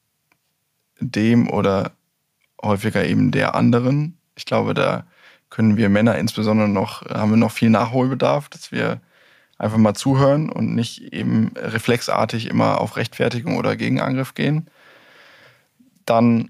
dem oder häufiger eben der anderen. Ich glaube, da können wir Männer insbesondere noch, haben wir noch viel Nachholbedarf, dass wir einfach mal zuhören und nicht eben reflexartig immer auf Rechtfertigung oder Gegenangriff gehen. Dann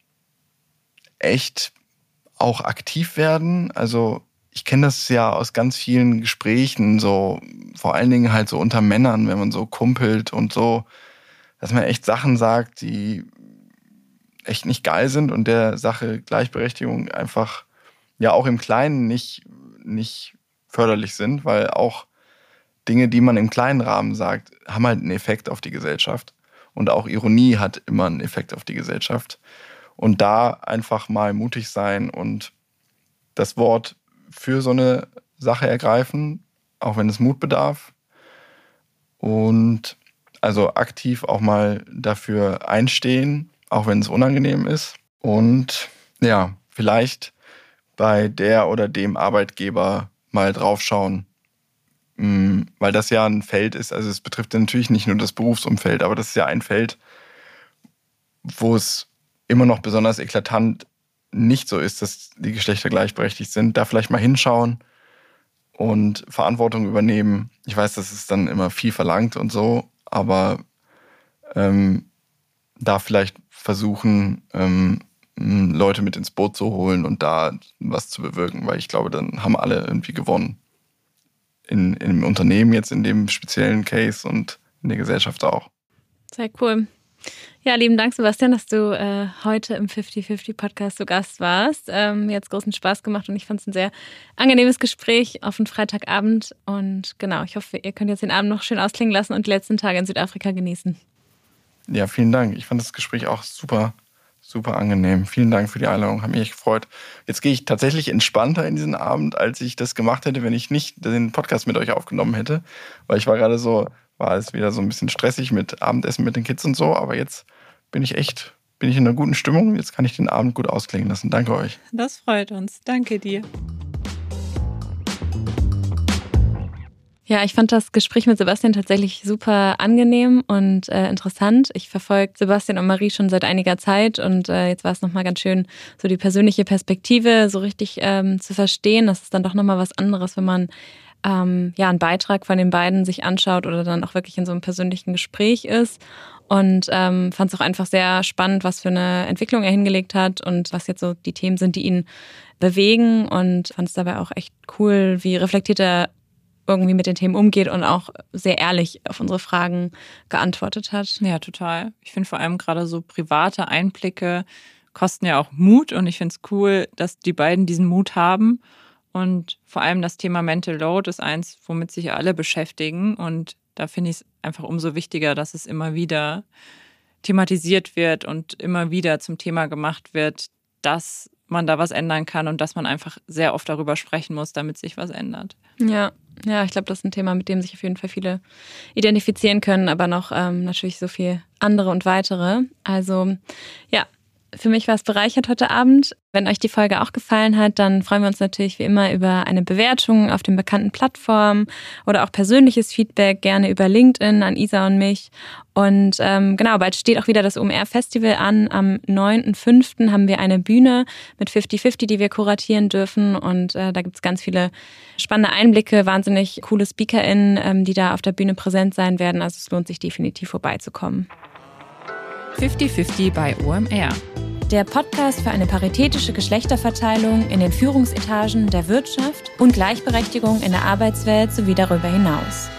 echt auch aktiv werden. Also ich kenne das ja aus ganz vielen Gesprächen, so vor allen Dingen halt so unter Männern, wenn man so kumpelt und so, dass man echt Sachen sagt, die echt nicht geil sind und der Sache Gleichberechtigung einfach ja auch im Kleinen nicht, nicht förderlich sind, weil auch Dinge, die man im kleinen Rahmen sagt, haben halt einen Effekt auf die Gesellschaft. Und auch Ironie hat immer einen Effekt auf die Gesellschaft. Und da einfach mal mutig sein und das Wort für so eine Sache ergreifen, auch wenn es Mut bedarf. Und also aktiv auch mal dafür einstehen, auch wenn es unangenehm ist. Und ja, vielleicht bei der oder dem Arbeitgeber mal draufschauen, weil das ja ein Feld ist, also es betrifft ja natürlich nicht nur das Berufsumfeld, aber das ist ja ein Feld, wo es immer noch besonders eklatant nicht so ist, dass die Geschlechter gleichberechtigt sind. Da vielleicht mal hinschauen und Verantwortung übernehmen. Ich weiß, das ist dann immer viel verlangt und so, aber ähm, da vielleicht versuchen, ähm, Leute mit ins Boot zu holen und da was zu bewirken, weil ich glaube, dann haben alle irgendwie gewonnen. In, im Unternehmen jetzt in dem speziellen Case und in der Gesellschaft auch. Sehr cool. Ja, lieben Dank, Sebastian, dass du äh, heute im fifty fifty Podcast zu Gast warst. Ähm, mir hat es großen Spaß gemacht und ich fand es ein sehr angenehmes Gespräch auf einen Freitagabend. Und genau, ich hoffe, ihr könnt jetzt den Abend noch schön ausklingen lassen und die letzten Tage in Südafrika genießen. Ja, vielen Dank. Ich fand das Gespräch auch super, super angenehm. Vielen Dank für die Einladung, hat mich echt gefreut. Jetzt gehe ich tatsächlich entspannter in diesen Abend, als ich das gemacht hätte, wenn ich nicht den Podcast mit euch aufgenommen hätte. Weil ich war gerade so, war es wieder so ein bisschen stressig mit Abendessen mit den Kids und so, aber jetzt bin ich echt, bin ich in einer guten Stimmung. Jetzt kann ich den Abend gut ausklingen lassen. Danke euch. Das freut uns. Danke dir. Ja, ich fand das Gespräch mit Sebastian tatsächlich super angenehm und äh, interessant. Ich verfolge Sebastian und Marie schon seit einiger Zeit und äh, jetzt war es nochmal ganz schön, so die persönliche Perspektive so richtig ähm, zu verstehen. Das ist dann doch nochmal was anderes, wenn man ähm, ja einen Beitrag von den beiden sich anschaut oder dann auch wirklich in so einem persönlichen Gespräch ist. Und ähm, fand es auch einfach sehr spannend, was für eine Entwicklung er hingelegt hat und was jetzt so die Themen sind, die ihn bewegen. Und fand es dabei auch echt cool, wie reflektiert er irgendwie mit den Themen umgeht und auch sehr ehrlich auf unsere Fragen geantwortet hat. Ja, total. Ich finde vor allem gerade so private Einblicke kosten ja auch Mut und ich finde es cool, dass die beiden diesen Mut haben. Und vor allem das Thema Mental Load ist eins, womit sich alle beschäftigen. Und da finde ich es einfach umso wichtiger, dass es immer wieder thematisiert wird und immer wieder zum Thema gemacht wird, dass man da was ändern kann und dass man einfach sehr oft darüber sprechen muss, damit sich was ändert. Ja, ja, ich glaube, das ist ein Thema, mit dem sich auf jeden Fall viele identifizieren können, aber noch ähm, natürlich so viel andere und weitere. Also ja, für mich war es bereichert heute Abend. Wenn euch die Folge auch gefallen hat, dann freuen wir uns natürlich wie immer über eine Bewertung auf den bekannten Plattformen oder auch persönliches Feedback, gerne über LinkedIn an Isa und mich. Und ähm, genau, bald steht auch wieder das O M R-Festival an. Am neunten fünften haben wir eine Bühne mit fifty fifty, die wir kuratieren dürfen. Und äh, da gibt es ganz viele spannende Einblicke, wahnsinnig coole SpeakerInnen, ähm, die da auf der Bühne präsent sein werden. Also es lohnt sich definitiv vorbeizukommen. fifty fifty bei O M R. Der Podcast für eine paritätische Geschlechterverteilung in den Führungsetagen der Wirtschaft und Gleichberechtigung in der Arbeitswelt sowie darüber hinaus.